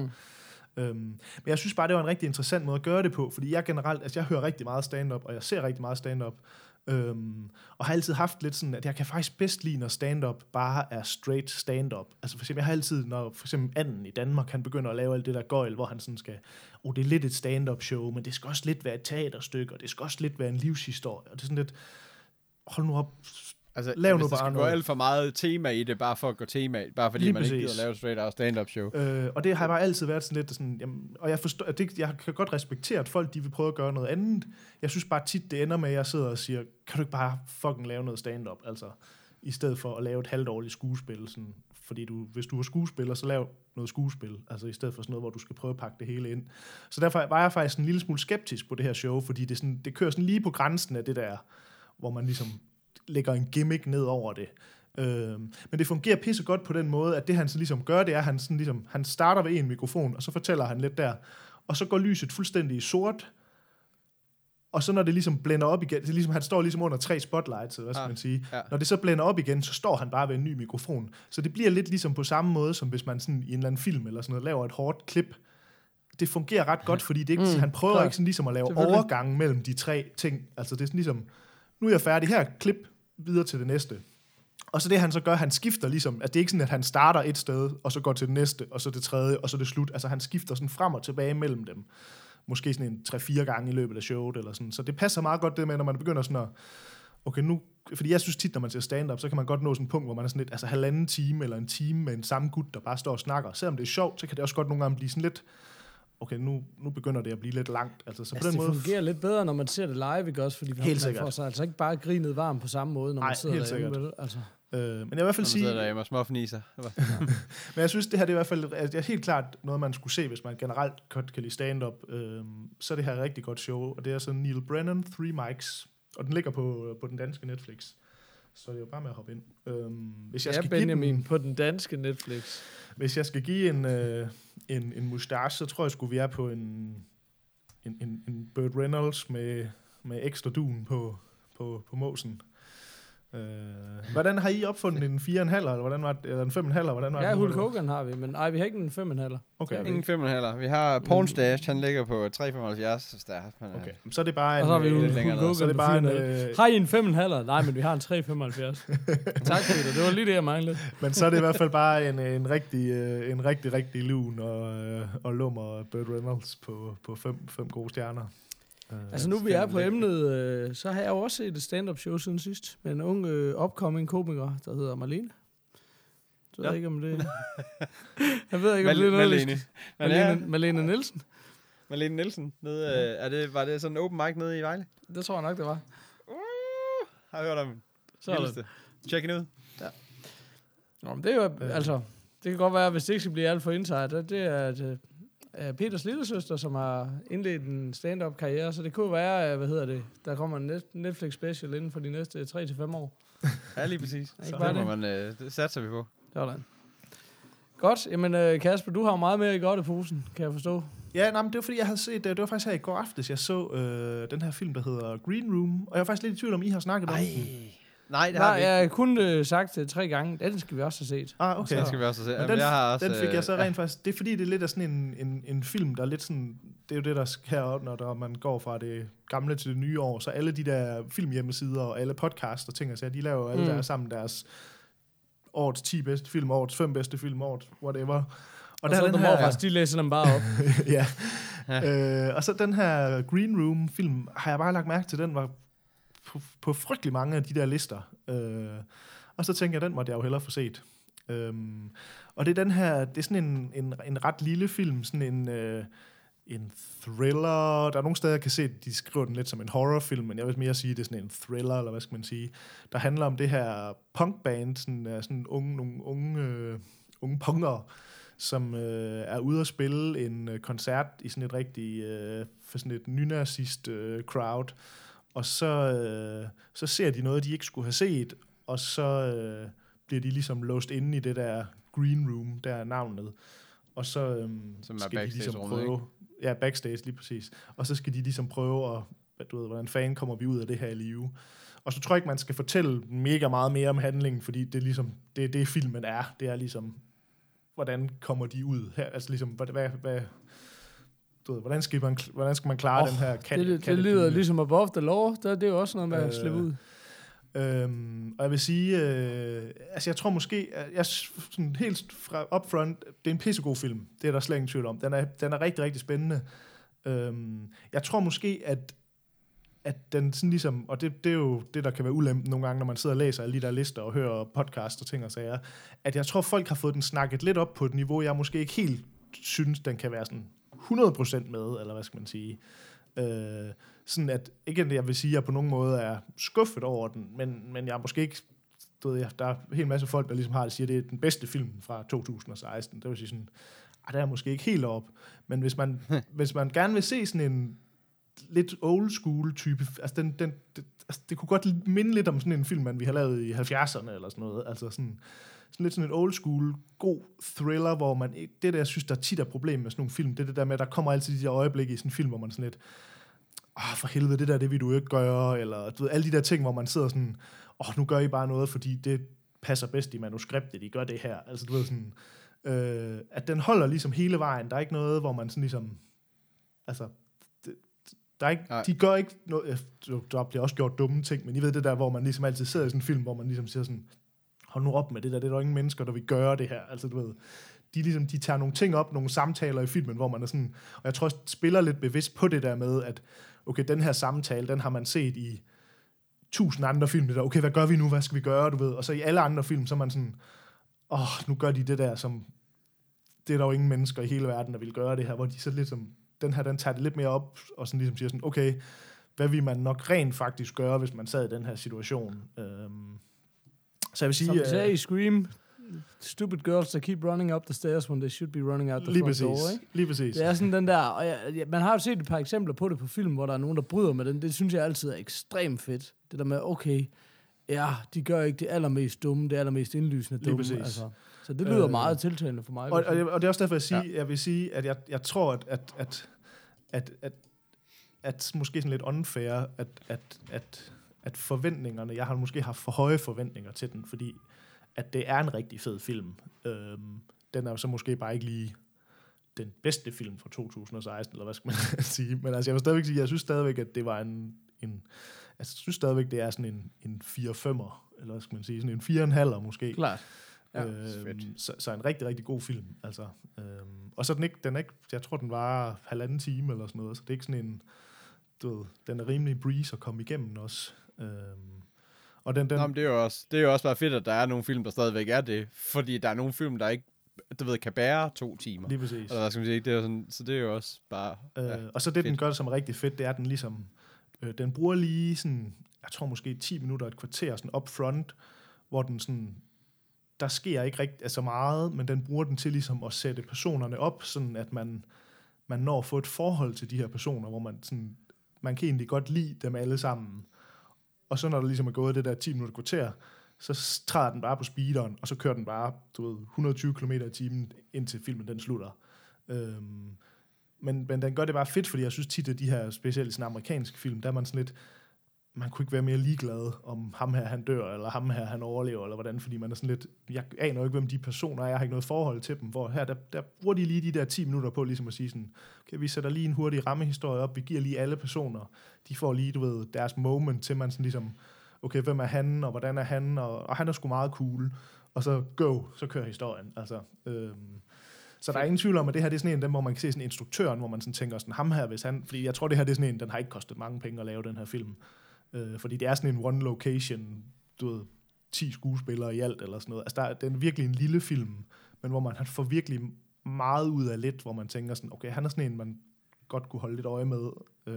men jeg synes bare, det var en rigtig interessant måde at gøre det på, fordi jeg generelt, altså jeg hører rigtig meget stand-up, og jeg ser rigtig meget stand-up, og har altid haft lidt sådan, at jeg kan faktisk bedst lide, når stand-up bare er straight stand-up. Altså for eksempel, jeg har altid, når for eksempel Anden i Danmark, han begynder at lave alt det der gøjl, hvor han sådan skal, det er lidt et stand-up show, men det skal også lidt være et teaterstykke, og det skal også lidt være en livshistorie, og det er sådan lidt, hold nu op, altså, lav nu bare noget. Altså, går alt for meget tema i det, bare for at gå tema, bare fordi lige man ikke gider lave straight out stand-up show. Og det har bare altid været sådan lidt sådan, jamen, og jeg forstår, at jeg kan godt respektere, at folk de vil prøve at gøre noget andet. Jeg synes bare tit, det ender med, at jeg sidder og siger, kan du ikke bare fucking lave noget stand-up, altså, i stedet for at lave et halvdårligt skuespil, sådan, fordi hvis du er skuespiller, så lav noget skuespil, altså i stedet for sådan noget, hvor du skal prøve at pakke det hele ind. Så derfor var jeg faktisk en lille smule skeptisk på det her show, fordi det kører sådan lige på grænsen af det der, hvor man ligesom lægger en gimmick ned over det. Men det fungerer pissegodt på den måde, at det han så ligesom gør, det er, at han starter ved en mikrofon, og så fortæller han lidt der, og så går lyset fuldstændig i sort, og så når det ligesom blænder op igen, det er ligesom, han står ligesom under 3 spotlights, hvad skal man sige. Ja. Når det så blænder op igen, så står han bare ved en ny mikrofon. Så det bliver lidt ligesom på samme måde, som hvis man sådan i en eller anden film, eller sådan noget, laver et hårdt klip. Det fungerer ret godt, fordi det ikke, han prøver ikke sådan ligesom at lave overgang mellem de 3 ting. Altså det er sådan ligesom, nu er jeg færdig her, klip videre til det næste. Og så det, han så gør, han skifter ligesom, altså det er ikke sådan, at han starter et sted, og så går til det næste, og så det tredje, og så det slut. Altså han skifter sådan frem og tilbage mellem dem. Måske sådan 3-4 gange i løbet af showet, eller sådan. Så det passer meget godt det med, når man begynder sådan at, okay nu, fordi jeg synes tit, når man ser stand-up, så kan man godt nå sådan en punkt, hvor man er sådan lidt, altså 1,5 time, eller en time med en samme gut, der bare står og snakker. Selvom det er sjovt, så kan det også godt nogle gange blive sådan lidt, okay, nu begynder det at blive lidt langt. Altså, så på den det måde fungerer lidt bedre, når man ser det live, ikke også? Fordi man får sig altså ikke bare grinet varm på samme måde, når man sidder derhjemme. Altså. Men jeg vil i hvert fald sige... sidder derhjemme og småfniser. Men jeg synes, det her det er i hvert fald det er helt klart noget, man skulle se, hvis man generelt godt kan lide stand-up. Så er det her et rigtig godt show, og det er så Neil Brennan, 3 Mics, og den ligger på den danske Netflix. Så det er jo bare med at hoppe ind. Hvis jeg skal Benjamin på den danske Netflix. Hvis jeg skal give en mustache, så tror jeg sgu vi er på en Burt Reynolds med ekstra dun på måsen. Hvordan har I opfundet en 4,5 eller hvordan var det, eller en 5,5 eller hvordan var det? Ja, Hulk Hogan har vi, men nej, vi har ikke en 5,5. Okay. Ingen 5,5. Vi har Pornstash, han ligger på 3,75. Okay, så er det bare og så har vi Hulk Hogan så er det bare har I en 5,5? Nej, men vi har en 3,75. Tak, Peter. Det var lige det, jeg manglede. Men så er det i hvert fald bare en rigtig lun og lummer Burt Reynolds på 5 gode stjerner. Altså nu vi er på emnet, så har jeg jo også set et stand-up show siden sidst, med en ung upcoming komiker, der hedder Marlene. Jeg ved ikke om det... Jeg ved ikke om det er noget... Marlene Nielsen. Marlene Nielsen. Var det sådan en open mic nede i Vejle? Det tror jeg nok, det var. Har jeg hørt om det. Check it ud. Ja. Nå, men det er jo altså... Det kan godt være, hvis det ikke skal blive alt for insight, det er... Peters lillesøster, som har indledt en stand-up karriere, så det kunne være, der kommer en Netflix special inden for de næste 3-5 år. Ja, lige præcis. Så det satser vi på. Sådan. Godt, jamen Kasper, du har meget mere i godteposen, kan jeg forstå. Ja, men det var fordi, jeg havde set, det var faktisk her i går aftes, jeg så den her film, der hedder Green Room, og jeg var faktisk lidt i tvivl om, I har snakket om den. Nej, det har vi ikke. Jeg har kun sagt 3 gange. Den skal vi også have set. Okay. Den skal vi også have set. Den fik jeg så rent faktisk... Det er fordi, det er lidt af sådan en film, der er lidt sådan... Det er jo det, der sker op, når man går fra det gamle til det nye år. Så alle de der filmhjemmesider og alle podcasts og ting og sager, de laver alle der sammen deres årets 10 bedste film, årets 5 bedste film, årets whatever. Og der så den her... de læser dem bare op. ja. Og så den her Green Room film, har jeg bare lagt mærke til, den var på frygtelig mange af de der lister. Og så tænker jeg, den måtte jeg jo hellere få set. Og det er den her, det er sådan en ret lille film, sådan en thriller. Der er nogle steder, jeg kan se, at de skriver den lidt som en horrorfilm, men jeg vil mere sige, at det er sådan en thriller, eller hvad skal man sige, der handler om det her punkband, sådan nogle unge punkere, som er ude at spille en koncert i sådan et rigtig, for sådan et nynazist crowd, og så ser de noget, de ikke skulle have set, og så bliver de ligesom låst inde i det der Green Room, der er navnet. Og så skal de ligesom prøve... Ja, backstage, lige præcis. Og så skal de ligesom prøve at, hvordan fanden kommer vi ud af det her i live. Og så tror jeg ikke, man skal fortælle mega meget mere om handlingen, fordi det er ligesom, det filmen er. Det er ligesom, hvordan kommer de ud her? Altså ligesom, hvordan skal man klare den her det lyder ligesom above the law. Det er jo også noget med at slippe ud. Og jeg vil sige, altså jeg tror måske, sådan helt fra upfront, det er en pissegod film. Det er der slet ingen tvivl om. Den er rigtig, rigtig spændende. Jeg tror måske, at den sådan ligesom, og det er jo det, der kan være ulempen nogle gange, når man sidder og læser alle de der lister og hører podcast og ting og sager, at jeg tror, folk har fået den snakket lidt op på et niveau, jeg måske ikke helt synes, den kan være sådan 100% med, eller hvad skal man sige. Sådan at, ikke at jeg vil sige, at jeg på nogen måde er skuffet over den, men jeg er måske ikke, der er en hel masse folk, der ligesom har det, siger, at det er den bedste film fra 2016. Det vil sige sådan, der er måske ikke helt op. Men hvis man gerne vil se sådan en lidt old school type, altså det kunne godt minde lidt om sådan en film, man vi har lavet i 70'erne eller sådan noget. Altså sådan lidt sådan en old school, god thriller, hvor man, det der, jeg synes, der tit er problem med sådan nogle film, det er det der med, at der kommer altid de der øjeblikke i sådan en film, hvor man sådan lidt, for helvede, det der, det vil du ikke gøre, eller du ved, alle de der ting, hvor man sidder sådan, nu gør I bare noget, fordi det passer bedst i manuskriptet, I gør det her. Altså du ved sådan, at den holder ligesom hele vejen. Der er ikke noget, hvor man sådan ligesom, altså, der er ikke, de gør ikke noget, der bliver også gjort dumme ting, men I ved det der, hvor man ligesom altid sidder i sådan en film, hvor man ligesom siger sådan, hold nu op med det der, det er der ingen mennesker, der vil gøre det her. Altså, du ved, de tager nogle ting op, nogle samtaler i filmen, hvor man er sådan, og jeg tror også, spiller lidt bevidst på det der med, at okay, den her samtale, den har man set i 1000 andre film, der, okay, hvad gør vi nu, hvad skal vi gøre, du ved, og så i alle andre film, så er man sådan, nu gør de det der, som, det er der jo ingen mennesker i hele verden, der vil gøre det her, hvor de så ligesom, den tager det lidt mere op, og sådan ligesom siger sådan, okay, hvad vil man nok rent faktisk gøre, hvis man sad i den her situation? Så jeg vil sige... Som vi sagde i Scream, stupid girls that keep running up the stairs when they should be running out the front door, ikke? Lige præcis. Det er sådan den der, og man har jo set et par eksempler på det på film, hvor der er nogen, der bryder med den. Det synes jeg altid er ekstremt fedt. Det der med, okay, ja, de gør ikke det allermest dumme, det allermest indlysende dumme. Altså. Så det lyder meget tiltalende for mig. Og det er også derfor, jeg vil sige, at jeg tror, at måske sådan lidt unfair, at forventningerne, jeg har måske haft for høje forventninger til den, fordi at det er en rigtig fed film. Den er jo så måske bare ikke lige den bedste film fra 2016, eller hvad skal man sige. Men altså, jeg vil stadigvæk sige, jeg synes stadigvæk, at det var jeg synes stadigvæk, det er sådan en 4-5'er, eller hvad skal man sige, sådan en 4,5'er måske. Klart. Ja, så en rigtig, rigtig god film. Altså, og så er den ikke, jeg tror, den var 1,5 time eller sådan noget, så det er ikke sådan en, du ved, den er rimelig breeze at komme igennem også. Og den Nå, men det er jo også bare fedt, at der er nogle film, der stadigvæk er det, fordi der er nogle film, der ikke, du ved, kan bære 2 timer. Lige præcis. Eller hvad skal man sige, det er sådan, så det er jo også bare og så det, fedt. Den gør det som er rigtig fedt, det er, at den ligesom, den bruger lige sådan, jeg tror måske 10 minutter, et kvarter, sådan up front, hvor den sådan, der sker ikke rigtig så meget, men den bruger den til ligesom at sætte personerne op, sådan at man når at få et forhold til de her personer, hvor man sådan, man kan egentlig godt lide dem alle sammen. Og så når der ligesom er gået det der 10 minutter kvarter, så træder den bare på speederen, og så kører den bare, du ved, 120 km i timen, indtil filmen den slutter. Men den gør det bare fedt, fordi jeg synes tit, at de her specielt sådan amerikanske film, der er man sådan lidt, man kunne ikke være mere ligeglad, om ham her han dør, eller ham her han overlever, eller hvordan, fordi man er sådan lidt, jeg aner jo ikke, hvem de personer er, jeg har ikke noget forhold til dem, hvor her, der bruger de lige de der 10 minutter på, ligesom at sige sådan, okay, vi sætter lige en hurtig rammehistorie op, vi giver lige alle personer, de får lige, du ved, deres moment, til man sådan ligesom, okay, hvem er han, og hvordan er han, og han er sgu meget cool, og så så kører historien, altså. Så der er ingen tvivl om, at det her det er sådan en af dem, hvor man kan se sådan instruktøren, hvor man sådan tænker sådan, ham her, hvis han, fordi jeg tror, det her det er sådan en, den har ikke kostet mange penge at lave den her film. Fordi det er sådan en one location, du ved, 10 skuespillere i alt, eller sådan noget. Altså, det er virkelig en lille film, men hvor man får virkelig meget ud af lidt, hvor man tænker sådan, okay, han er sådan en, man godt kunne holde lidt øje med,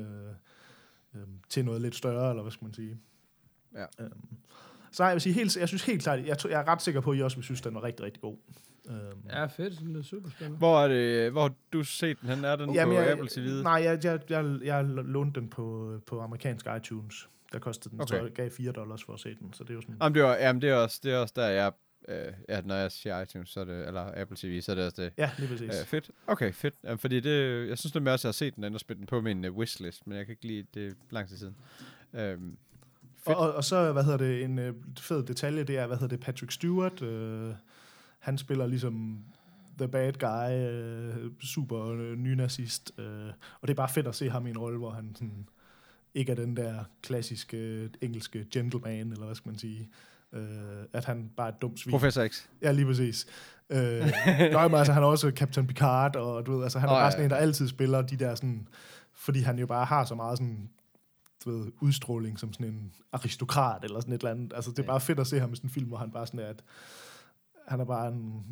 til noget lidt større, eller hvad skal man sige. Ja. Så jeg vil sige, jeg synes helt klart, jeg er ret sikker på, at I også vil synes, den var rigtig, rigtig god. Ja, fedt. Det er super spændende. Hvor har du set den hen? Er den på Apple TV? Nej, jeg lånte den på amerikansk iTunes. Der kostede den, okay. Så jeg gav $4 for at se den, så det er jo sådan... det er også der, jeg... når jeg siger iTunes, så er det, eller Apple TV, så er det også det. Ja, lige præcis. Fedt. Okay, fedt. Fordi det... Jeg synes nemlig også, at jeg har set den, og spillet den på min wishlist, men jeg kan ikke lide det lang tid siden. Og så, en fed detalje, det er, Patrick Stewart, han spiller ligesom the bad guy, super nynazist, og det er bare fedt at se ham i en rolle, hvor han sådan, ikke er den der klassiske engelske gentleman, eller hvad skal man sige, at han bare er et dumt svin. Professor X. Ja, lige præcis. Altså, han er også Captain Picard, og du ved, altså, han er bare sådan en, der altid spiller de der sådan, fordi han jo bare har så meget sådan, du ved, udstråling som sådan en aristokrat, eller sådan et eller andet. Altså, det er bare fedt at se ham i sådan en film, hvor han bare sådan er, at han er bare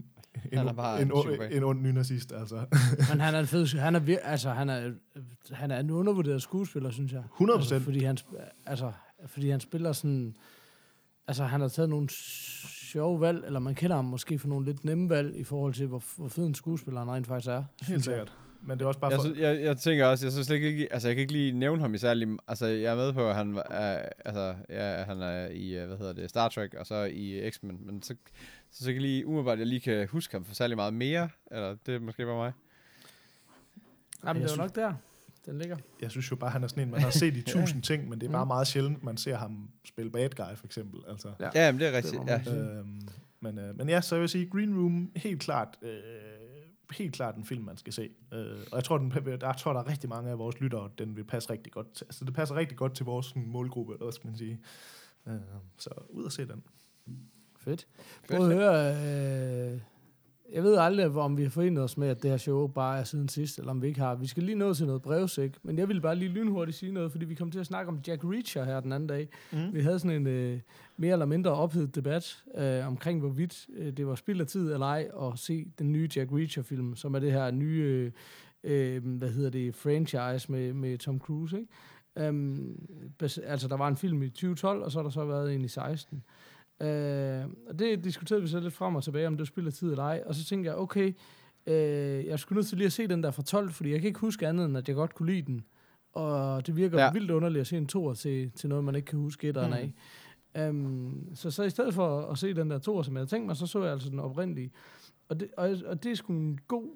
en ond nynazist, altså. Men han er en fed, han er en undervurderet skuespiller, synes jeg. 100%. Altså, fordi han spiller sådan, altså han har taget nogle sjove valg, eller man kender ham måske for nogle lidt nemme valg, i forhold til, hvor fed en skuespiller han rent faktisk er. Helt sikkert. Men det er også bare jeg tænker også, jeg synes ikke, altså jeg kan ikke lige nævne ham i særlig, altså jeg er med på, at han han er i, Star Trek, og så i X-Men, men så kan lige umiddelbart, jeg lige kan huske ham for særlig meget mere, eller det er måske bare mig. Jamen, det er jo nok der, den ligger. Jeg synes jo bare, han er sådan en, man har set i 1000 ting, men det er bare meget sjældent, man ser ham spille bad guy, for eksempel. Altså. Ja, men det er rigtigt, ja. Men ja, så jeg vil sige, Green Room, helt klart en film, man skal se. Og jeg tror, der er rigtig mange af vores lyttere, den vil passe rigtig godt til. Altså, det passer rigtig godt til vores målgruppe, eller hvad skal man sige. Så ud og se den. Fedt. Prøv at høre, jeg ved aldrig, om vi har forenet os med, at det her show bare er siden sidst, eller om vi ikke har. Vi skal lige nå til noget brevsæk, men jeg vil bare lige lynhurtigt sige noget, fordi vi kom til at snakke om Jack Reacher her den anden dag. Vi havde sådan en mere eller mindre ophedet debat omkring, hvorvidt det var spild af tid eller ej at se den nye Jack Reacher-film, som er det her nye, franchise med Tom Cruise, ikke? Altså, der var en film i 2012, og så har der så været en i 16. Og det diskuterede vi så lidt frem og tilbage, om det spiller tid eller ej. Og så tænkte jeg, okay, jeg skulle nødt til lige at se den der fra 12, fordi jeg kan ikke huske andet, end at jeg godt kunne lide den. Og det virker vildt underligt at se en toer til noget, man ikke kan huske etteren af. Så i stedet for at se den der toer, som jeg havde tænkt mig, så jeg altså den oprindelige. Og det er sgu en god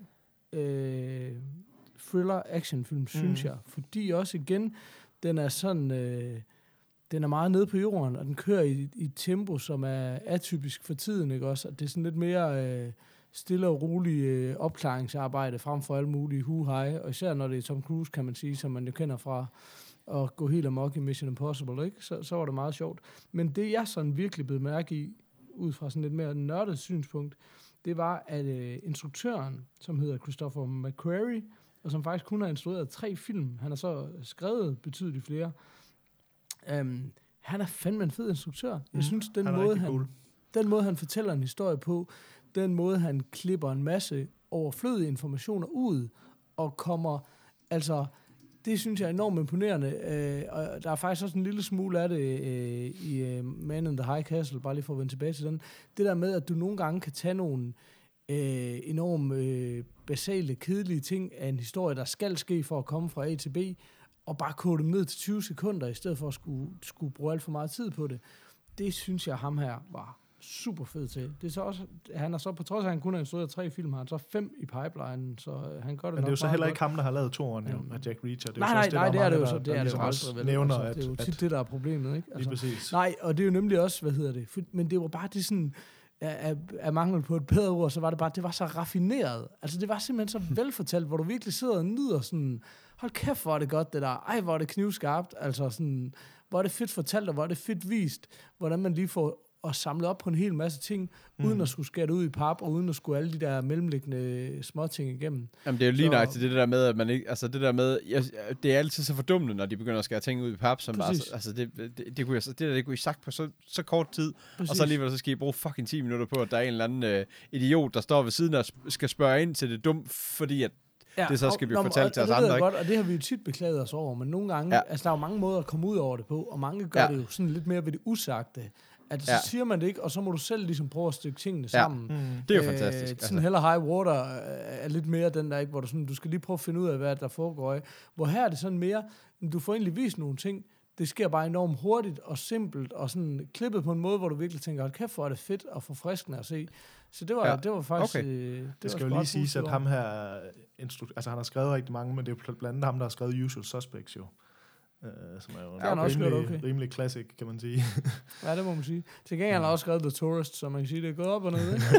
thriller-actionfilm, synes jeg. Fordi også igen, den er sådan... den er meget nede på jorden, og den kører i et tempo, som er atypisk for tiden, ikke også? Og det er sådan lidt mere stille og rolig opklaringsarbejde, frem for alle mulige hu-hej, og især når det er Tom Cruise, kan man sige, som man jo kender fra at gå helt amok i Mission Impossible, ikke? Så var det meget sjovt. Men det, jeg sådan virkelig blev mærke i, ud fra sådan lidt mere nørdet synspunkt, det var, at instruktøren, som hedder Christopher McQuarrie, og som faktisk kun har instrueret 3 film, han har så skrevet betydeligt flere. Han er fandme en fed instruktør. Jeg synes, den måde, han fortæller en historie på, den måde, han klipper en masse overflødige informationer ud, og kommer, altså, det synes jeg er enormt imponerende. Og der er faktisk også en lille smule af det i Man in the High Castle, bare lige for at vende tilbage til den. Det der med, at du nogle gange kan tage nogle enormt basale, kedelige ting af en historie, der skal ske for at komme fra A til B, og bare kode dem ned til 20 sekunder, i stedet for at skulle bruge alt for meget tid på det. Det synes jeg, ham her var super fed til. Det er så også, han er så, på trods af, at han kun har instrueret 3 film, har han så 5 i pipeline, så han gør det. Men det er jo så heller ikke ham, der har lavet toeren af Jack Reacher. Det er nej, det er det jo så. Det er det jo også nævner, altså, det er jo tit det, der er problemet, ikke? Altså, lige præcis. Nej, og det er jo nemlig også, men det var bare det sådan, af mangel på et bedre ord, så var det bare, det var så raffineret. Altså, det var simpelthen så velfortalt, hvor du virkelig sidder og nyder sådan, hold kæft, hvor er det godt, det der. Ej, hvor er det knivskarpt. Altså sådan, hvor er det fedt fortalt, og hvor er det fedt vist, hvordan man lige får at samle op på en hel masse ting, uden at skulle skære det ud i pap, og uden at skulle alle de der mellemliggende småting igennem. Jamen, det er jo lige nøjagtigt det der med, at man ikke, altså det der med, det er altid så fordummende, når de begynder at skære ting ud i pap, som altså det kunne I sagt på så kort tid, præcis. Og så alligevel så skal I bruge fucking 10 minutter på, at der er en eller anden idiot, der står ved siden og skal spørge ind til det dumt, fordi at det så skal vi fortælle til os andre, ikke? Godt, og det har vi jo tit beklaget os over, men nogle gange, altså der er jo mange måder at komme ud over det på, og mange gør det jo sådan lidt mere ved det usagte. At så siger man det ikke, og så må du selv ligesom prøve at stykke tingene sammen. Det er jo fantastisk. Sådan heller high water er lidt mere den der, ikke, hvor du skal lige prøve at finde ud af, hvad der foregår. Hvor her er det sådan mere, du får egentlig vist nogle ting, det sker bare enormt hurtigt og simpelt, og sådan klippet på en måde, hvor du virkelig tænker, hold kæft, hvor er det fedt og forfriskende at se. Så det var faktisk... Okay. Det skal jo lige siges, at ham her, altså han har skrevet rigtig mange, men det er blandt andet ham, der har skrevet Usual Suspects jo. Som er jo rimelig classic, kan man sige. Ja, det må man sige. Til gengæld har han også skrevet The Tourist, så man kan sige, det er gået op og ned, ikke?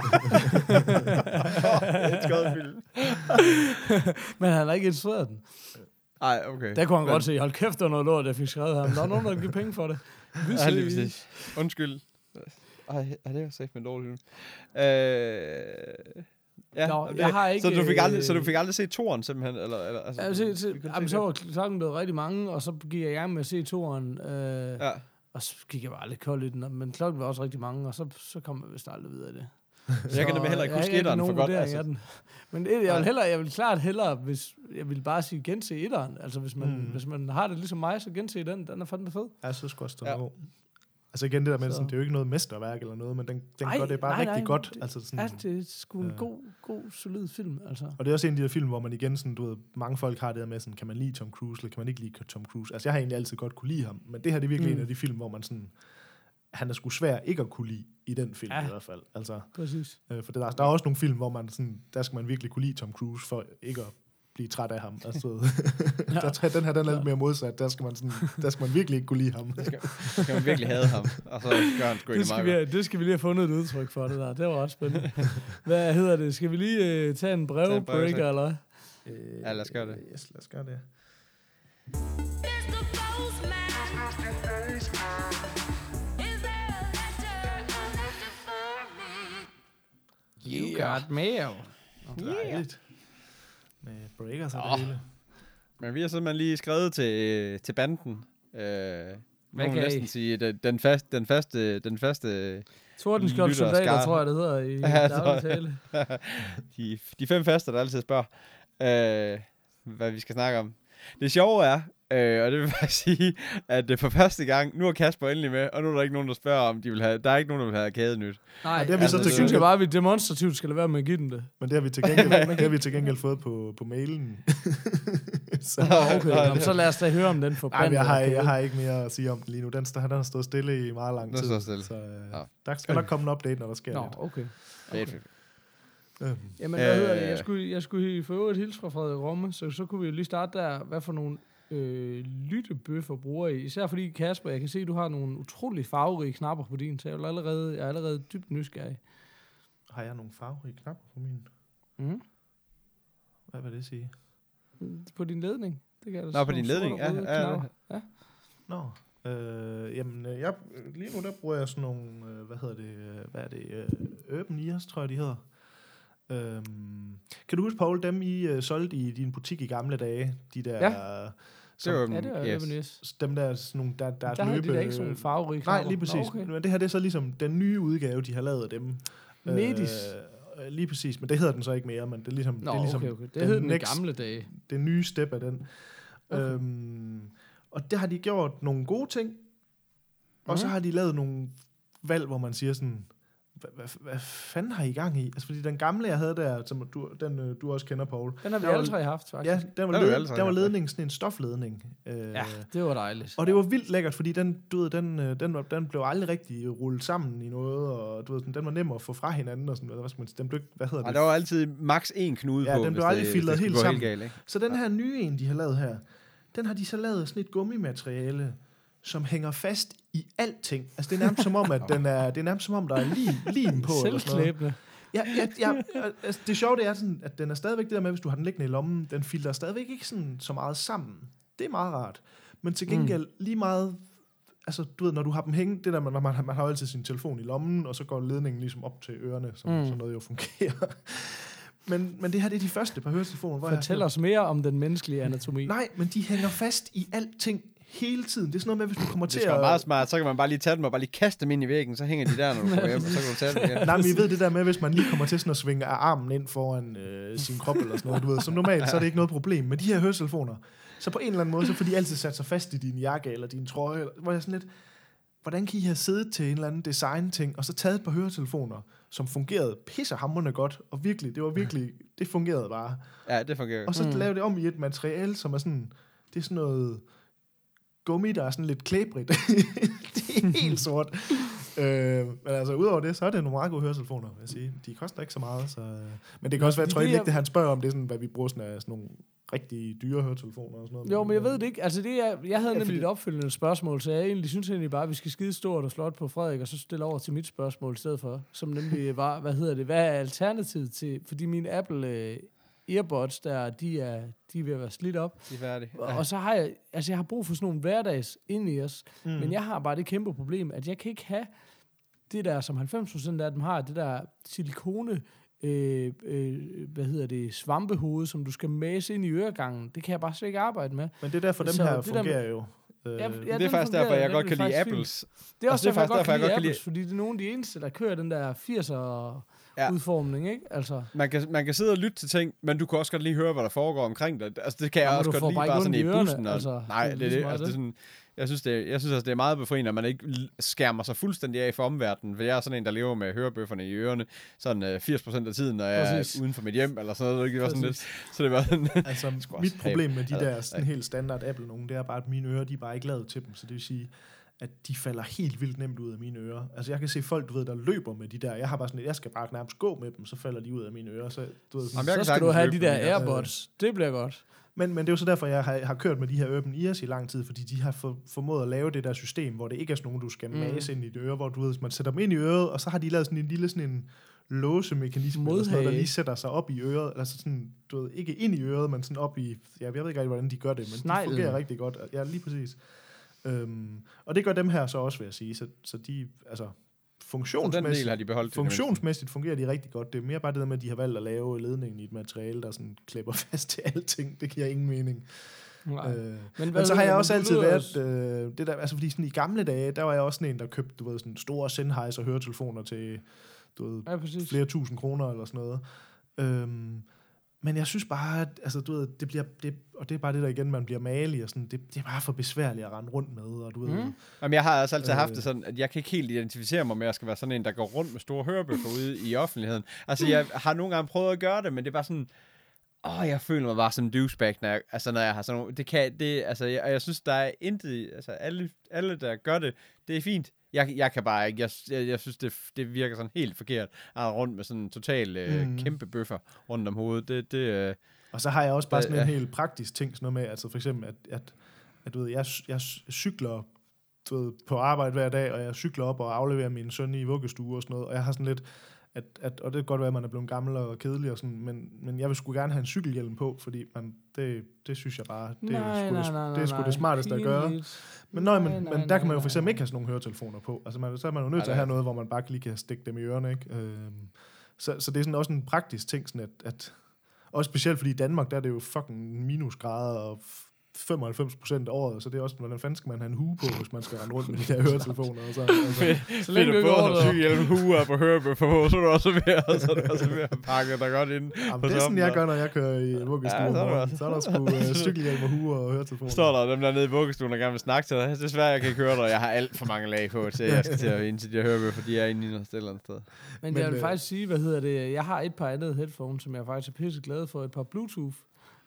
Det er skrevet film. Men han har ikke instrueret den. Ej, okay. Der kunne han godt se, hold kæft, der var noget lort, jeg fik skrevet ham. Der er nogen, der giver penge for det. Ja, lige præcis. Undskyld. Ej, det var sagt med en dårlig film. Ja, nå, jeg har ikke, så du fik aldrig set toeren simpelthen? Eller, altså, så var klokken blevet rigtig mange, og så gik jeg i gang med at se toeren, og så gik jeg bare aldrig kold i den, men klokken var også rigtig mange, og så kom jeg vist aldrig videre af det. Jeg kan nemlig heller ikke huske etteren for godt. Altså. Men jeg vil klart hellere, hvis jeg vil bare sige gense etteren, altså hvis man har det ligesom mig, så gense den er fandme fed. Jeg synes også, det var altså igen, det der med, sådan, det er jo ikke noget mesterværk eller noget, men den gør det bare rigtig godt. Altså sådan, ja, det er sgu en god, solid film. Altså. Og det er også en af de her film, hvor man igen, sådan, du ved, mange folk har det der med, sådan, kan man lide Tom Cruise, eller kan man ikke lide Tom Cruise? Altså jeg har egentlig altid godt kunne lide ham, men det her det er virkelig en af de film, hvor man sådan, han er sgu svær ikke at kunne lide i den film i hvert fald. Altså, præcis. For der er også nogle film, hvor man sådan, der skal man virkelig kunne lide Tom Cruise, for ikke at blive træt af ham. Altså, den her, den er lidt mere modsat. Der skal man virkelig ikke kunne lide ham. Skal man virkelig hade ham. Og så gør han sgu ikke meget. Det skal vi lige have fundet et udtryk for, det der. Det var ret spændende. Hvad hedder det? Skal vi lige tage en brevbreaker, eller? Ja, lad os gøre det. Yes, lad os gøre det. got mail. Dejligt. Med breakers og det hele. Men vi har simpelthen lige skrevet til banden. Man kan næsten sige, den faste Tordenskjold soldater, tror jeg, det hedder i daglig tale. de 5 faste, der altid spørger, hvad vi skal snakke om. Det sjove er, og det vil faktisk sige, at for første gang, nu er Kasper endelig med, og nu er der ikke nogen, der spørger, om de vil have, der er ikke nogen, der vil have kædenyt. Nej, det, altså, det synes jeg bare, at vi demonstrativt skal lade være med at give dem det. Men det har vi til gengæld fået på mailen. Okay, så lad os da høre om den forbandede. Jeg har ikke mere at sige om den lige nu. Den har stået stille i meget lang tid. Så der skal nok komme en update, når der sker lidt. Okay. Jamen, hvad hedder det? Jeg skulle for øvrigt hilse fra Frederik Romme, så kunne vi jo lige starte der. Hvad for nogle lyttebøffer bruger I? Især fordi, Kasper, jeg kan se, at du har nogle utrolig farverige knapper på din, så jeg er allerede dybt nysgerrig. Har jeg nogle farverige knapper på min? Mm. Hvad vil det sige? På din ledning. Det kan på din ledning, ja. Nå, jamen, lige nu der bruger jeg sådan nogle, hvad er det, Urban Ears, tror jeg, de hedder. Kan du huske, Paul, dem I solgte i din butik i gamle dage? De der... Ja. Det var Urban Ears. Dem der, sådan nogle, der løbe... havde de da ikke sådan nogle farverige knapper. Nej, lige præcis. Okay. Men det her, det er så ligesom den nye udgave, de har lavet af dem. Medis. Lige præcis, men det hedder den så ikke mere, men det er ligesom... det er ligesom okay. Det hed den i gamle dage. Det nye step af den. Okay. Og der har de gjort nogle gode ting, og så har de lavet nogle valg, hvor man siger sådan, hvad fanden har I gang i? Altså, fordi den gamle, jeg havde der, som du også kender, Paul. Den har vi alle tre haft, faktisk. Ja, der var ledningen sådan en stofledning. Ja, det var dejligt. Og det var vildt lækkert, fordi den blev aldrig rigtig rullet sammen i noget, og du ved, den var nem at få fra hinanden, og sådan, den blev, der var altid maks 1 knude på. Ja, den blev aldrig filtret helt sammen. Helt galt, så den her nye en, de har lavet her, den har de så lavet sådan et gummimateriale, som hænger fast i alting. Altså, det er nærmest som om, at det er nærmest som om, der er lim på. Selvklæbende. Altså, det sjove det er sådan, at den er stadigvæk det der med, hvis du har den liggende i lommen, den filter stadigvæk ikke sådan så meget sammen. Det er meget rart. Men til gengæld lige meget, altså du ved, når du har dem hænge, det der, man har jo altid sin telefon i lommen, og så går ledningen ligesom op til ørerne, som sådan noget jo fungerer. Men det her, det er de første par høretelefoner. Fortæl os mere om den menneskelige anatomi. Nej, men de hænger fast i alting hele tiden. Det er sådan noget med, hvis du kommer til at... Det er meget smart, så kan man bare lige tage dem og bare lige kaste dem ind i væggen, så hænger de der, når du kommer hjem, og så kan du tage dem igen. Nej, men I ved det der med, hvis man lige kommer til sådan at svinge armen ind foran sin krop eller sådan noget, du ved, så normalt, så er det ikke noget problem. Men de her høretelefoner, så på en eller anden måde, så får de altid sat sig fast i din jakke eller din trøje, hvor jeg sådan lidt, hvordan kan I have siddet til en eller anden design-ting, og så taget et par høretelefoner, som fungerede pissehamrende godt, og virkelig, det fungerede bare. Ja, det fungerer. Og så lave det om i et materiale, som er sådan, det er sådan noget gummi, der er sådan lidt klæbrigt. Det er helt sort. Men altså, udover det, så er det nogle meget gode høretelefoner, vil jeg sige. De koster ikke så meget, så... Men det kan også være, tror jeg ikke, det han spørger om, det er sådan, hvad vi bruger sådan af sådan nogle rigtig dyre høretelefoner og sådan noget. Jo, men jeg ved det ikke. Altså, jeg havde nemlig et opfølgende spørgsmål, så jeg synes egentlig bare, at vi skal skide stort og slot på Frederik, og så stille over til mit spørgsmål i stedet for, som nemlig var, hvad er alternativet til... Fordi mine Apple Earbuds der, de er ved at være slidt op. De er færdige. Ja. Og så har jeg har brug for sådan nogle hverdags ind i os, men jeg har bare det kæmpe problem, at jeg kan ikke have det der, som 90% af dem har, det der silikone, svampehoved, som du skal mase ind i øregangen. Det kan jeg bare slet ikke arbejde med. Men det er derfor, dem her fungerer jo. Det er faktisk derfor, jeg godt kan lide Apples. Det er også derfor, jeg godt kan lide Apples, fordi det er nogle af de eneste, der kører den der 80'er udformning, ikke? Altså. Man kan sidde og lytte til ting, men du kan også godt lige høre, hvad der foregår omkring dig. Altså, det kan jeg også godt lide bare sådan i bussen. Altså, nej, det er det. Altså, det er sådan, jeg synes altså, det er meget befriende, at man ikke skærmer sig fuldstændig af for omverdenen. For jeg er sådan en, der lever med hørebøfferne i ørerne sådan 80% af tiden, når jeg er uden for mit hjem, eller sådan noget. Det var sådan lidt, så det var sådan... Altså, mit problem med de der sådan helt standard Apple nogen, det er bare, at mine ører, de er bare ikke lavet til dem. Så det vil sige, at de falder helt vildt nemt ud af mine ører. Altså, jeg kan se folk, du ved, der løber med de der. Jeg har bare sådan, jeg skal bare nærmest gå med dem, så falder de ud af mine ører. Så, du ved, så skal du have de der Airbuds. Det bliver godt. Men det er jo så derfor, jeg har kørt med de her Urban Ears i lang tid, fordi de har formået at lave det der system, hvor det ikke er sådan nogen, du skal mase ind i det øre, hvor du ved, man sætter dem ind i øret, og så har de lavet sådan en lille sådan en låsemekanisme, eller sådan noget, der lige sætter sig op i øret, altså sådan, du ved, ikke ind i øret, men sådan op i, jeg ved ikke rigtig, hvordan de gør det, men de fungerer rigtig godt. Ja, lige præcis. Og det gør dem her så også, vil jeg sige, så de, altså, funktionsmæssigt fungerer de rigtig godt. Det er mere bare det der med, at de har valgt at lave ledningen i et materiale, der sådan klæber fast til alting. Det giver ingen mening. Men så har jeg også altid været det der, altså fordi sådan i gamle dage, der var jeg også sådan en, der købte, du ved, sådan store Sennheiser høretelefoner til, du ved, flere tusind kroner eller sådan noget. Men jeg synes bare, at, altså, du ved, og det er bare det der igen, man bliver malig, og sådan, det er bare for besværligt at rende rundt med, og du ved. Jamen, jeg har altså altid haft det sådan, at jeg kan ikke helt identificere mig med, at jeg skal være sådan en, der går rundt med store hørebøffer ude i offentligheden. Altså, jeg har nogle gange prøvet at gøre det, men det er bare sådan, jeg føler mig bare som en douchebag, når jeg har sådan nogle, jeg synes, der er intet, altså alle der gør det, det er fint. Jeg kan bare ikke, jeg synes, det virker sådan helt forkert, at rundt med sådan en total kæmpe bøffer rundt om hovedet. Og så har jeg også bare sådan en helt praktisk ting, sådan noget med, altså for eksempel, at du ved, jeg cykler, du ved, på arbejde hver dag, og jeg cykler op og afleverer min søn i vuggestue og sådan noget, og jeg har sådan lidt, og det kan godt være, at man er blevet gammel og kedelig og sådan, men jeg vil sgu gerne have en cykelhjelm på, fordi det synes jeg bare, det er sgu det smarteste at gøre. Men der kan man jo for eksempel ikke have sådan nogle høretelefoner på. Altså så er man jo nødt til at have noget, hvor man bare lige kan stikke dem i ørerne, ikke? Så det er sådan også en praktisk ting, sådan at også specielt fordi i Danmark, der er det jo fucking minusgrader og 95% af året, så det er også, hvordan fanden skal man have en hue på, hvis man skal rende rundt med de der høretelefoner. Og så længe du både har cykelhjelm, hue og på hørebøffer på, så er du også ved at pakke dig godt ind. Jamen, det er sådan, jeg gør, når jeg kører i vuggestuen. Så er der sgu cykelhjelm og hue og høretelefoner. Står der dem der nede i vuggestuen, der gerne vil snakke til dig. Desværre, jeg kan ikke høre dig, jeg har alt for mange lag på, til jeg skal til at ind til de her hørebøffer, de er inde i noget sted. Men jeg vil faktisk sige, jeg har et par andet headphones, som jeg faktisk er pisse glad for, et par Bluetooth.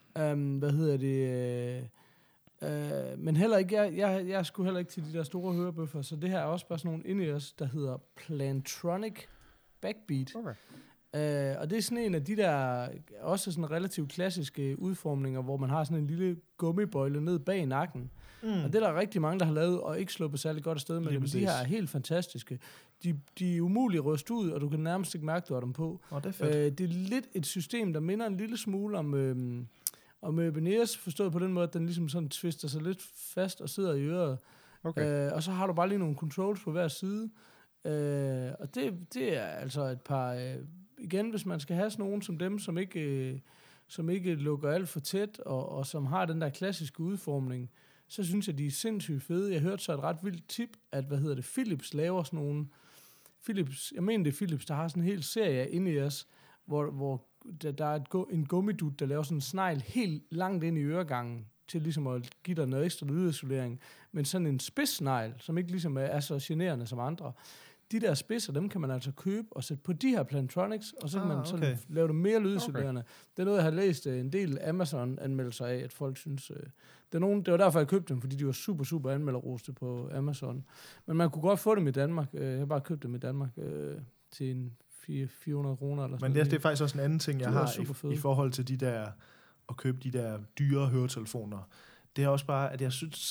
Men heller ikke, jeg skulle heller ikke til de der store hørebøffer, så det her er også bare sådan nogle in-ears, der hedder Plantronic Backbeat. Okay. Og det er sådan en af de der, også sådan relativt klassiske udformninger, hvor man har sådan en lille gummibøjle ned bag nakken. Og det er der rigtig mange, der har lavet, og ikke sluppet særlig godt afsted med det, men de her er helt fantastiske. De er umulige at ryste ud, og du kan nærmest ikke mærke, du har dem på. Det er fedt. Det er lidt et system, der minder en lille smule om med Ebenezer, forstået på den måde, at den ligesom sådan twister sig lidt fast og sidder i øret. Okay. Og så har du bare lige nogle controls på hver side. Og det er altså et par... igen, hvis man skal have sådan nogen som dem, som ikke lukker alt for tæt, og som har den der klassiske udformning, så synes jeg, de er sindssygt fede. Jeg hørte så et ret vildt tip, at, Philips laver sådan nogle... jeg mener, det er Philips, der har sådan en hel serie af in-ears, hvor der er en gummidut, der laver sådan en snegl helt langt ind i øregangen, til ligesom at give dig noget ekstra lydisolering, men sådan en spidssnegl, som ikke ligesom er så generende som andre. De der spidser, dem kan man altså købe og sætte på de her Plantronics, og så kan man sådan lave det mere lydisolerende. Okay. Det er noget, jeg har læst en del Amazon-anmeldelser af, at folk synes... det var derfor, jeg købte dem, fordi de var super, super anmelderroste på Amazon. Men man kunne godt få dem i Danmark. Jeg har bare købt dem i Danmark til en 400 kroner eller sådan. Men det er faktisk også en anden ting, jeg har i forhold til de der, at købe de der dyre høretelefoner. Det er også bare, at jeg synes,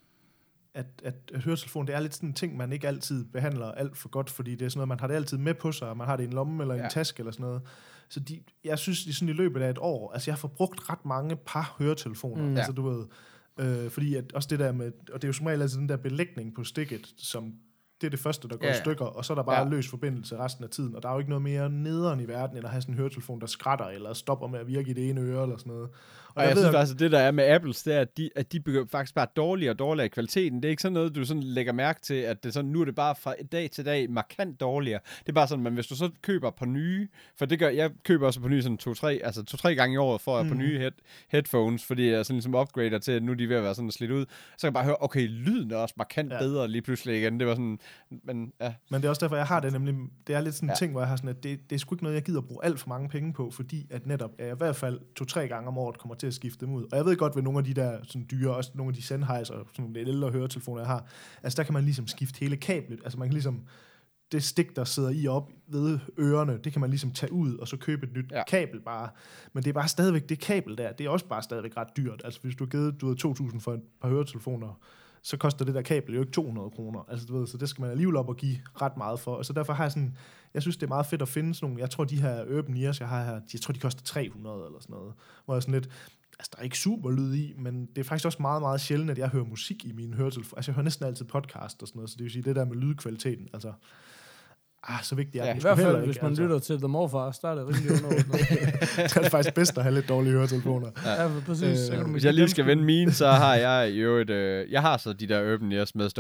at høretelefoner, det er lidt sådan en ting, man ikke altid behandler alt for godt, fordi det er sådan noget, man har det altid med på sig, og man har det i en lomme eller en taske eller sådan noget. Så jeg synes, sådan i løbet af et år, altså jeg har forbrugt ret mange par høretelefoner, altså du ved, fordi at også det der med, og det er jo som regel altså den der belægning på stikket, som det er det første, der går i stykker, og så er der bare løs forbindelse resten af tiden, og der er jo ikke noget mere nederen i verden, end at have sådan en høretelefon, der skrætter, eller stopper med at virke i det ene øre, eller sådan noget. Og jeg synes faktisk, at det der er med Apples, det er, at de bygger faktisk bare dårligere og dårligere i kvaliteten. Det er ikke sådan noget, du sådan lægger mærke til, at det sådan, nu er det bare fra dag til dag markant dårligere. Det er bare sådan, at hvis du så køber på nye, for det gør, jeg køber også på nye sådan 2-3 gange i året, for at på nye headphones, fordi jeg sådan ligesom upgrader til, at nu er de ved at være sådan slidt ud. Så kan jeg bare høre, okay, lyden er også markant bedre lige pludselig igen. Det var sådan, men det er også derfor, jeg har det nemlig, det er lidt sådan en ting, hvor jeg har sådan, at det er sgu ikke noget, jeg gider bruge alt for mange penge på, fordi at netop, jeg i hvert fald 2-3 gange om året kommer til at skifte dem ud. Og jeg ved godt, ved nogle af de der sådan dyre, også nogle af de Sennheiser, sådan nogle ældre høretelefoner, jeg har, altså der kan man ligesom skifte hele kablet, altså man kan ligesom, det stik, der sidder i op ved ørerne, det kan man ligesom tage ud, og så købe et nyt kabel bare. Men det er bare stadigvæk, det kabel der, det er også bare stadigvæk ret dyrt. Altså hvis du har givet 2.000 for et par høretelefoner, så koster det der kabel jo ikke 200 kroner. Altså du ved, så det skal man alligevel op og give ret meget for. Og så derfor har jeg sådan, jeg synes det er meget fedt at finde sådan nogle, jeg tror de her Urban Ears, jeg har her, jeg tror de koster 300 eller sådan noget. Hvor jeg sådan lidt, altså der er ikke super lyd i, men det er faktisk også meget, meget sjældent, at jeg hører musik i mine høretelefoner. Altså jeg hører næsten altid podcast og sådan noget, så det vil sige det der med lydkvaliteten, altså så vigtigt er det. I hvert fald, hvis man lytter til The Morfars, der er det rimelig underordnet. Det er faktisk bedst at have lidt dårlige høretelefoner. Ja, præcis. Hvis jeg lige skal vende mine, så har jeg jo jeg har så de der Urban Ears med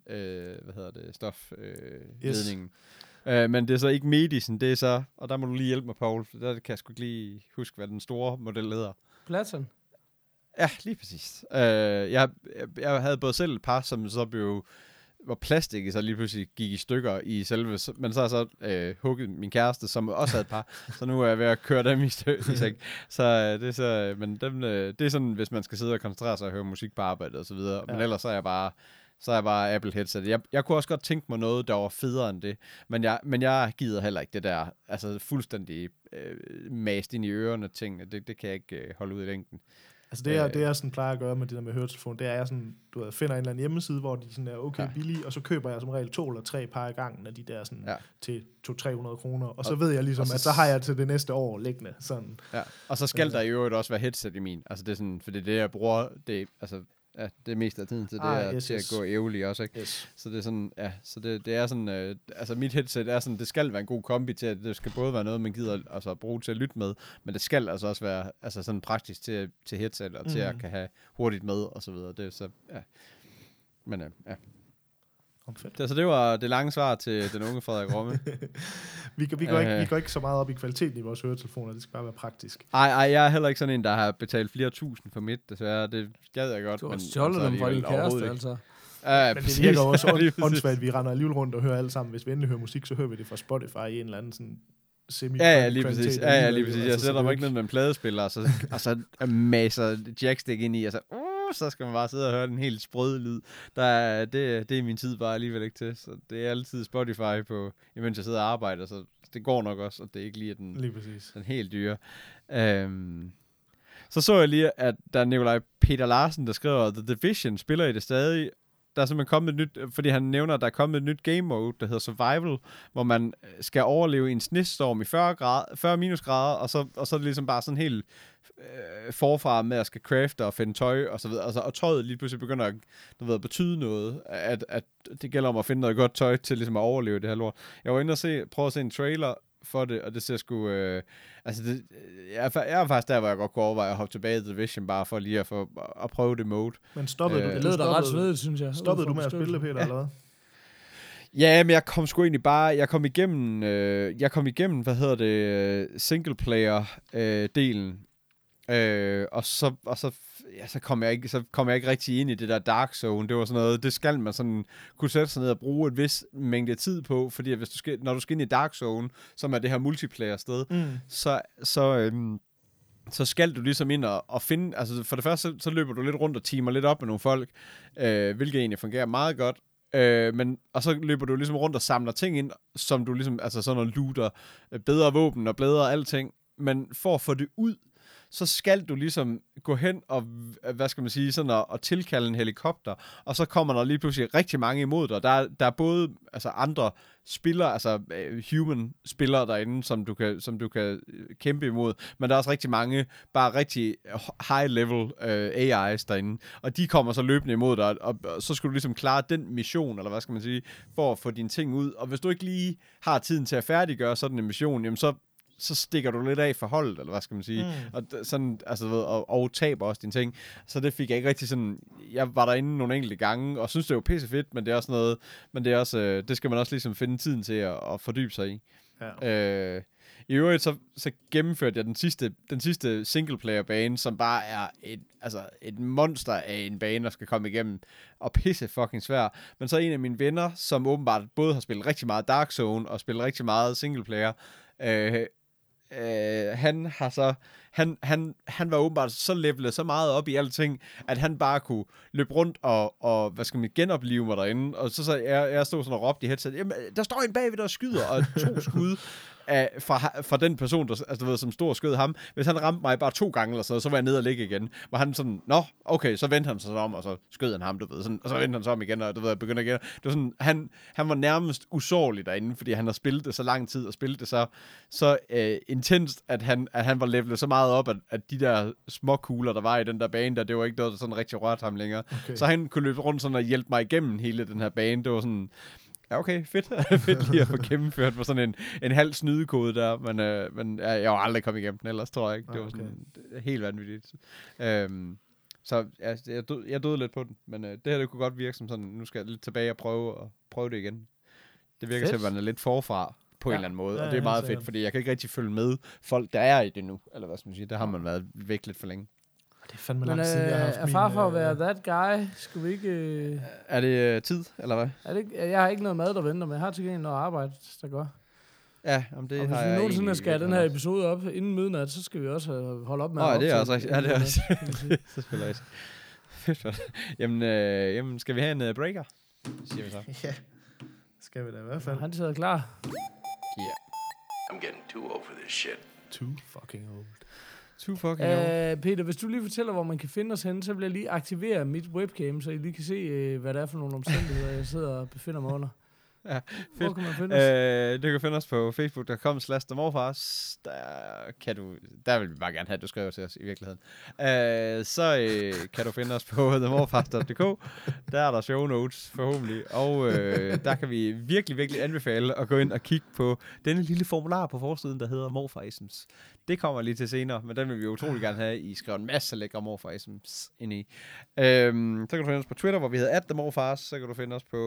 stofledningen. Men det er så ikke Medicin, det er så, og der må du lige hjælpe mig, Paul, for der kan jeg sgu ikke lige huske, hvad den store model hedder. Platon? Ja, lige præcis. Jeg havde både selv et par, som så blev, hvor plastik så lige pludselig gik i stykker i selve, men så har jeg så hugget min kæreste, som også havde et par, så nu er jeg ved at køre dem i stykker. Så det er så, men dem, det er sådan, hvis man skal sidde og koncentrere sig og høre musik på arbejde og så videre, men ellers så er jeg bare Apple headset. Jeg kunne også godt tænke mig noget, der var federe end det, men jeg gider heller ikke det der, altså fuldstændig mast ind i ørerne ting, det kan jeg ikke holde ud i længden. Altså det jeg sådan plejer at gøre med det der med høretelefon, det er jeg sådan, du ved, finder en eller anden hjemmeside, hvor de sådan er okay billige, og så køber jeg som regel 2 eller 3 par i gangen af de der sådan til 200-300 kroner, og så ved jeg ligesom, at så har jeg til det næste år liggende sådan. Ja. Og så skal der i øvrigt også være headset i min. Altså det er sådan, for det er det jeg bruger, det altså det meste af tiden til det til at gå ævlig også, ikke? Yes. Så det er sådan, så det er sådan, altså mit headset er sådan, det skal være en god kombi til, at det skal både være noget, man gider altså bruge til at lytte med, men det skal altså også være altså sådan praktisk til headset, og til at kan have hurtigt med, og så videre. Det er så, men så det var det lange svar til den unge Frederik Romme. vi går ikke så meget op i kvaliteten i vores høretelefoner, det skal bare være praktisk. Ej, jeg er heller ikke sådan en, der har betalt flere tusind for mit, desværre. Det gad jeg godt. Du har stjålet dem fra din kæreste, altså. Ja, men det virker også åndssvagt, at vi render alligevel rundt og hører alt sammen. Hvis vi endelig hører musik, så hører vi det fra Spotify i en eller anden sådan lige præcis. Lige præcis. Jeg sætter mig ikke ned med en pladespiller, og så maser jackstick ind i, og så skal man bare sidde og høre den helt sprøde lyd. Det er min tid bare alligevel ikke til. Så det er altid Spotify på, imens jeg sidder og arbejder, så det går nok også, og det er ikke lige den helt dyre. Så jeg lige, at der er Nikolaj Peter Larsen, der skriver, The Division spiller I det stadig. Der er simpelthen kommet et nyt, fordi han nævner, at der er kommet et nyt game mode, der hedder Survival, hvor man skal overleve i en snestorm i 40 minusgrader, og så er det ligesom bare sådan helt forfra med at skal crafte og finde tøj og så videre. Og tøjet lige pludselig begynder at betyde noget, at det gælder om at finde noget godt tøj til ligesom at overleve det her lort. Jeg var inde og prøve at se en trailer for det, og det ser sgu... jeg er faktisk der, hvor jeg godt kunne overveje at hoppe tilbage i The Division, bare for lige at prøve det mode. Men stoppede du? Det lød da ret svedigt, synes jeg. Stoppede du med at spille det, Peter, eller hvad? Ja, men jeg kom sgu egentlig bare... Jeg kom igennem, singleplayer-delen. Og så kom jeg ikke rigtig ind i det der Dark Zone. Det var sådan noget, det skal man sådan kunne sætte sig ned og bruge et vis mængde tid på, fordi hvis når du skal ind i Dark Zone, som er det her multiplayer sted, så skal du ligesom ind og finde, altså for det første, så løber du lidt rundt og teamer lidt op med nogle folk, hvilket egentlig fungerer meget godt. Og så løber du ligesom rundt og samler ting ind, som du ligesom, altså sådan noget looter, bedre våben og bedre alting, men for at få det ud, så skal du ligesom gå hen og, hvad skal man sige, sådan at tilkalde en helikopter, og så kommer der lige pludselig rigtig mange imod dig. Der er både altså andre spillere, altså human spillere derinde, som du kan kæmpe imod, men der er også rigtig mange, bare rigtig high level AI's derinde, og de kommer så løbende imod dig, og så skal du ligesom klare den mission, eller hvad skal man sige, for at få dine ting ud, og hvis du ikke lige har tiden til at færdiggøre sådan en mission, jamen så stikker du lidt af for holdet, eller hvad skal man sige, og sådan, altså, og taber også dine ting. Så det fik jeg ikke rigtig sådan, jeg var derinde nogle enkelte gange, og synes det var pisse fedt, men det er også noget, men det er også, det skal man også ligesom finde tiden til at fordybe sig i. Ja. I øvrigt, så gennemførte jeg den sidste singleplayer-bane, som bare er et monster af en bane, der skal komme igennem, og pisse fucking svær. Men så en af mine venner, som åbenbart både har spillet rigtig meget Dark Zone, og spillet rigtig meget singleplayer, han var åbenbart så levelet så meget op i alting, at han bare kunne løbe rundt og hvad skal man genopleve mig derinde, og så jeg stod sådan og råbte i headset, jamen, der står en bagved, der skyder, og 2 skud fra den person, der, altså, du ved, som stod og skød ham. Hvis han ramte mig bare 2 gange eller så var jeg nede og ligge igen. Var han sådan, nå, okay, så vendte han sig om, og så skød han ham, du ved, sådan, og så vendte han sig om igen, og du ved, jeg begynder igen. Det var sådan, han var nærmest usårlig derinde, fordi han har spillet det så lang tid, og spillet det så intenst, at han var levelet så meget op, at de der små kugler, der var i den der bane, det var ikke noget, der sådan rigtig rørte ham længere. Okay. Så han kunne løbe rundt sådan og hjælpe mig igennem hele den her bane. Det var sådan... Ja, okay, fedt. Fedt lige at få gennemført på sådan en halv snydekode der, men jeg har aldrig kommet igennem den ellers, tror jeg ikke. Det var sådan helt vanvittigt. Så jeg døde lidt på den, men det her det kunne godt virke som sådan, nu skal jeg lidt tilbage og prøve det igen. Det virker til, at man er lidt forfra på en eller anden måde, og det er meget fedt, fordi jeg kan ikke rigtig følge med folk, der er i det nu, eller hvad skal man sige, der har man været væk lidt for længe. Det er fandme lang tid, jeg har haft er far for at være that guy? Skal vi ikke... Er det tid, eller hvad? Er det ikke, jeg har ikke noget mad, der venter, men jeg har til gengæld noget arbejde, der går. Ja, om det og har jeg hvis vi nogensinde skal have den her episode op inden midnat, så skal vi også holde op med at det er også rigtigt. Ja, det er også. Det er selvfølgelig rigtigt. Fedt. Jamen, skal vi have en breaker? Siger vi så. Ja, skal vi da i hvert fald. Han sidder klar. Yeah. I'm getting too old for this shit. Too fucking old. Peter, hvis du lige fortæller, hvor man kan finde os henne, så vil jeg lige aktivere mit webcam, så I lige kan se, hvad det er for nogle omstændigheder, jeg sidder og befinder mig under. Ja, fedt. Hvor kan man finde os? Du kan finde os på facebook.com/themorfars. Der vil vi bare gerne have, at du skriver til os i virkeligheden. Så kan du finde os på themorfars.dk. Der er der show notes, forhåbentlig. Og der kan vi virkelig, virkelig anbefale at gå ind og kigge på denne lille formular på forsiden, der hedder Morfarisms. Det kommer lige til senere, men den vil vi utrolig gerne have. I skriver en masse lækre Morfarisms ind i. Så kan du finde os på Twitter, hvor vi hedder @themorfars. Så kan du finde os på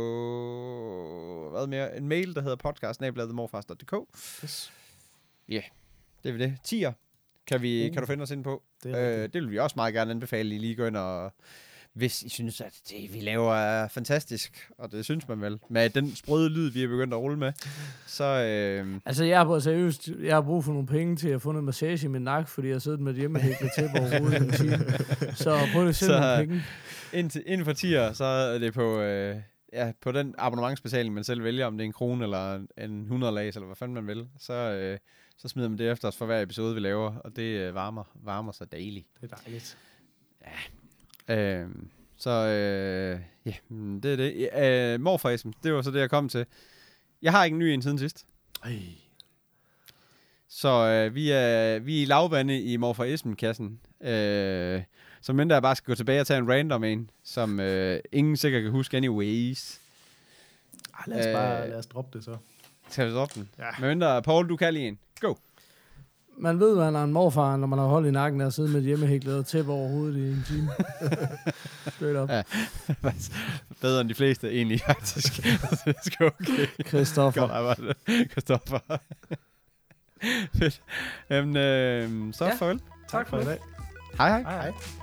hvad mere? En mail, der hedder podcast@themorfars.dk. Yes. Ja, det er det. 10'er kan du finde os ind på. Det vil vi også meget gerne anbefale, I lige gå ind og... Hvis I synes, at det, vi laver, er fantastisk, og det synes man vel, med den sprøde lyd, vi er begyndt at rulle med, så... Altså, jeg har brug for nogle penge til at få noget massage i min nakke, fordi jeg har siddet med et hjemmehæklet tæppe overhovedet en time. Så prøv at sende nogle penge. Inden for 10'er, så er det på den abonnementsbetaling, man selv vælger, om det er 1 krone eller en 100 lags, eller hvad fanden man vil, så smider man det efter os for hver episode, vi laver, og det varmer sig dagligt. Det er dejligt. Ja. Det er det. Morfarism, det var så det, jeg kom til. Jeg har ikke en ny en siden sidst. Så vi er i lavvande i Morfarism-kassen. Så mindre jeg bare skal gå tilbage og tage en random en, som ingen sikkert kan huske anyways. Lad os droppe det så. Skal vi droppe den? Ja. Men mindre, Paul, du kan lige en. Go! Man ved, man er en morfar, når man har holdt i nakken og siddet med et hjemmehæklet og tæppe over hovedet i en time. Straight up. Ja. Bedre end de fleste, egentlig, faktisk. Det skal okay. Christoffer. Godt arbejde. Christoffer. Fedt. Så farvel. Tak for i dag. Hej. Hej.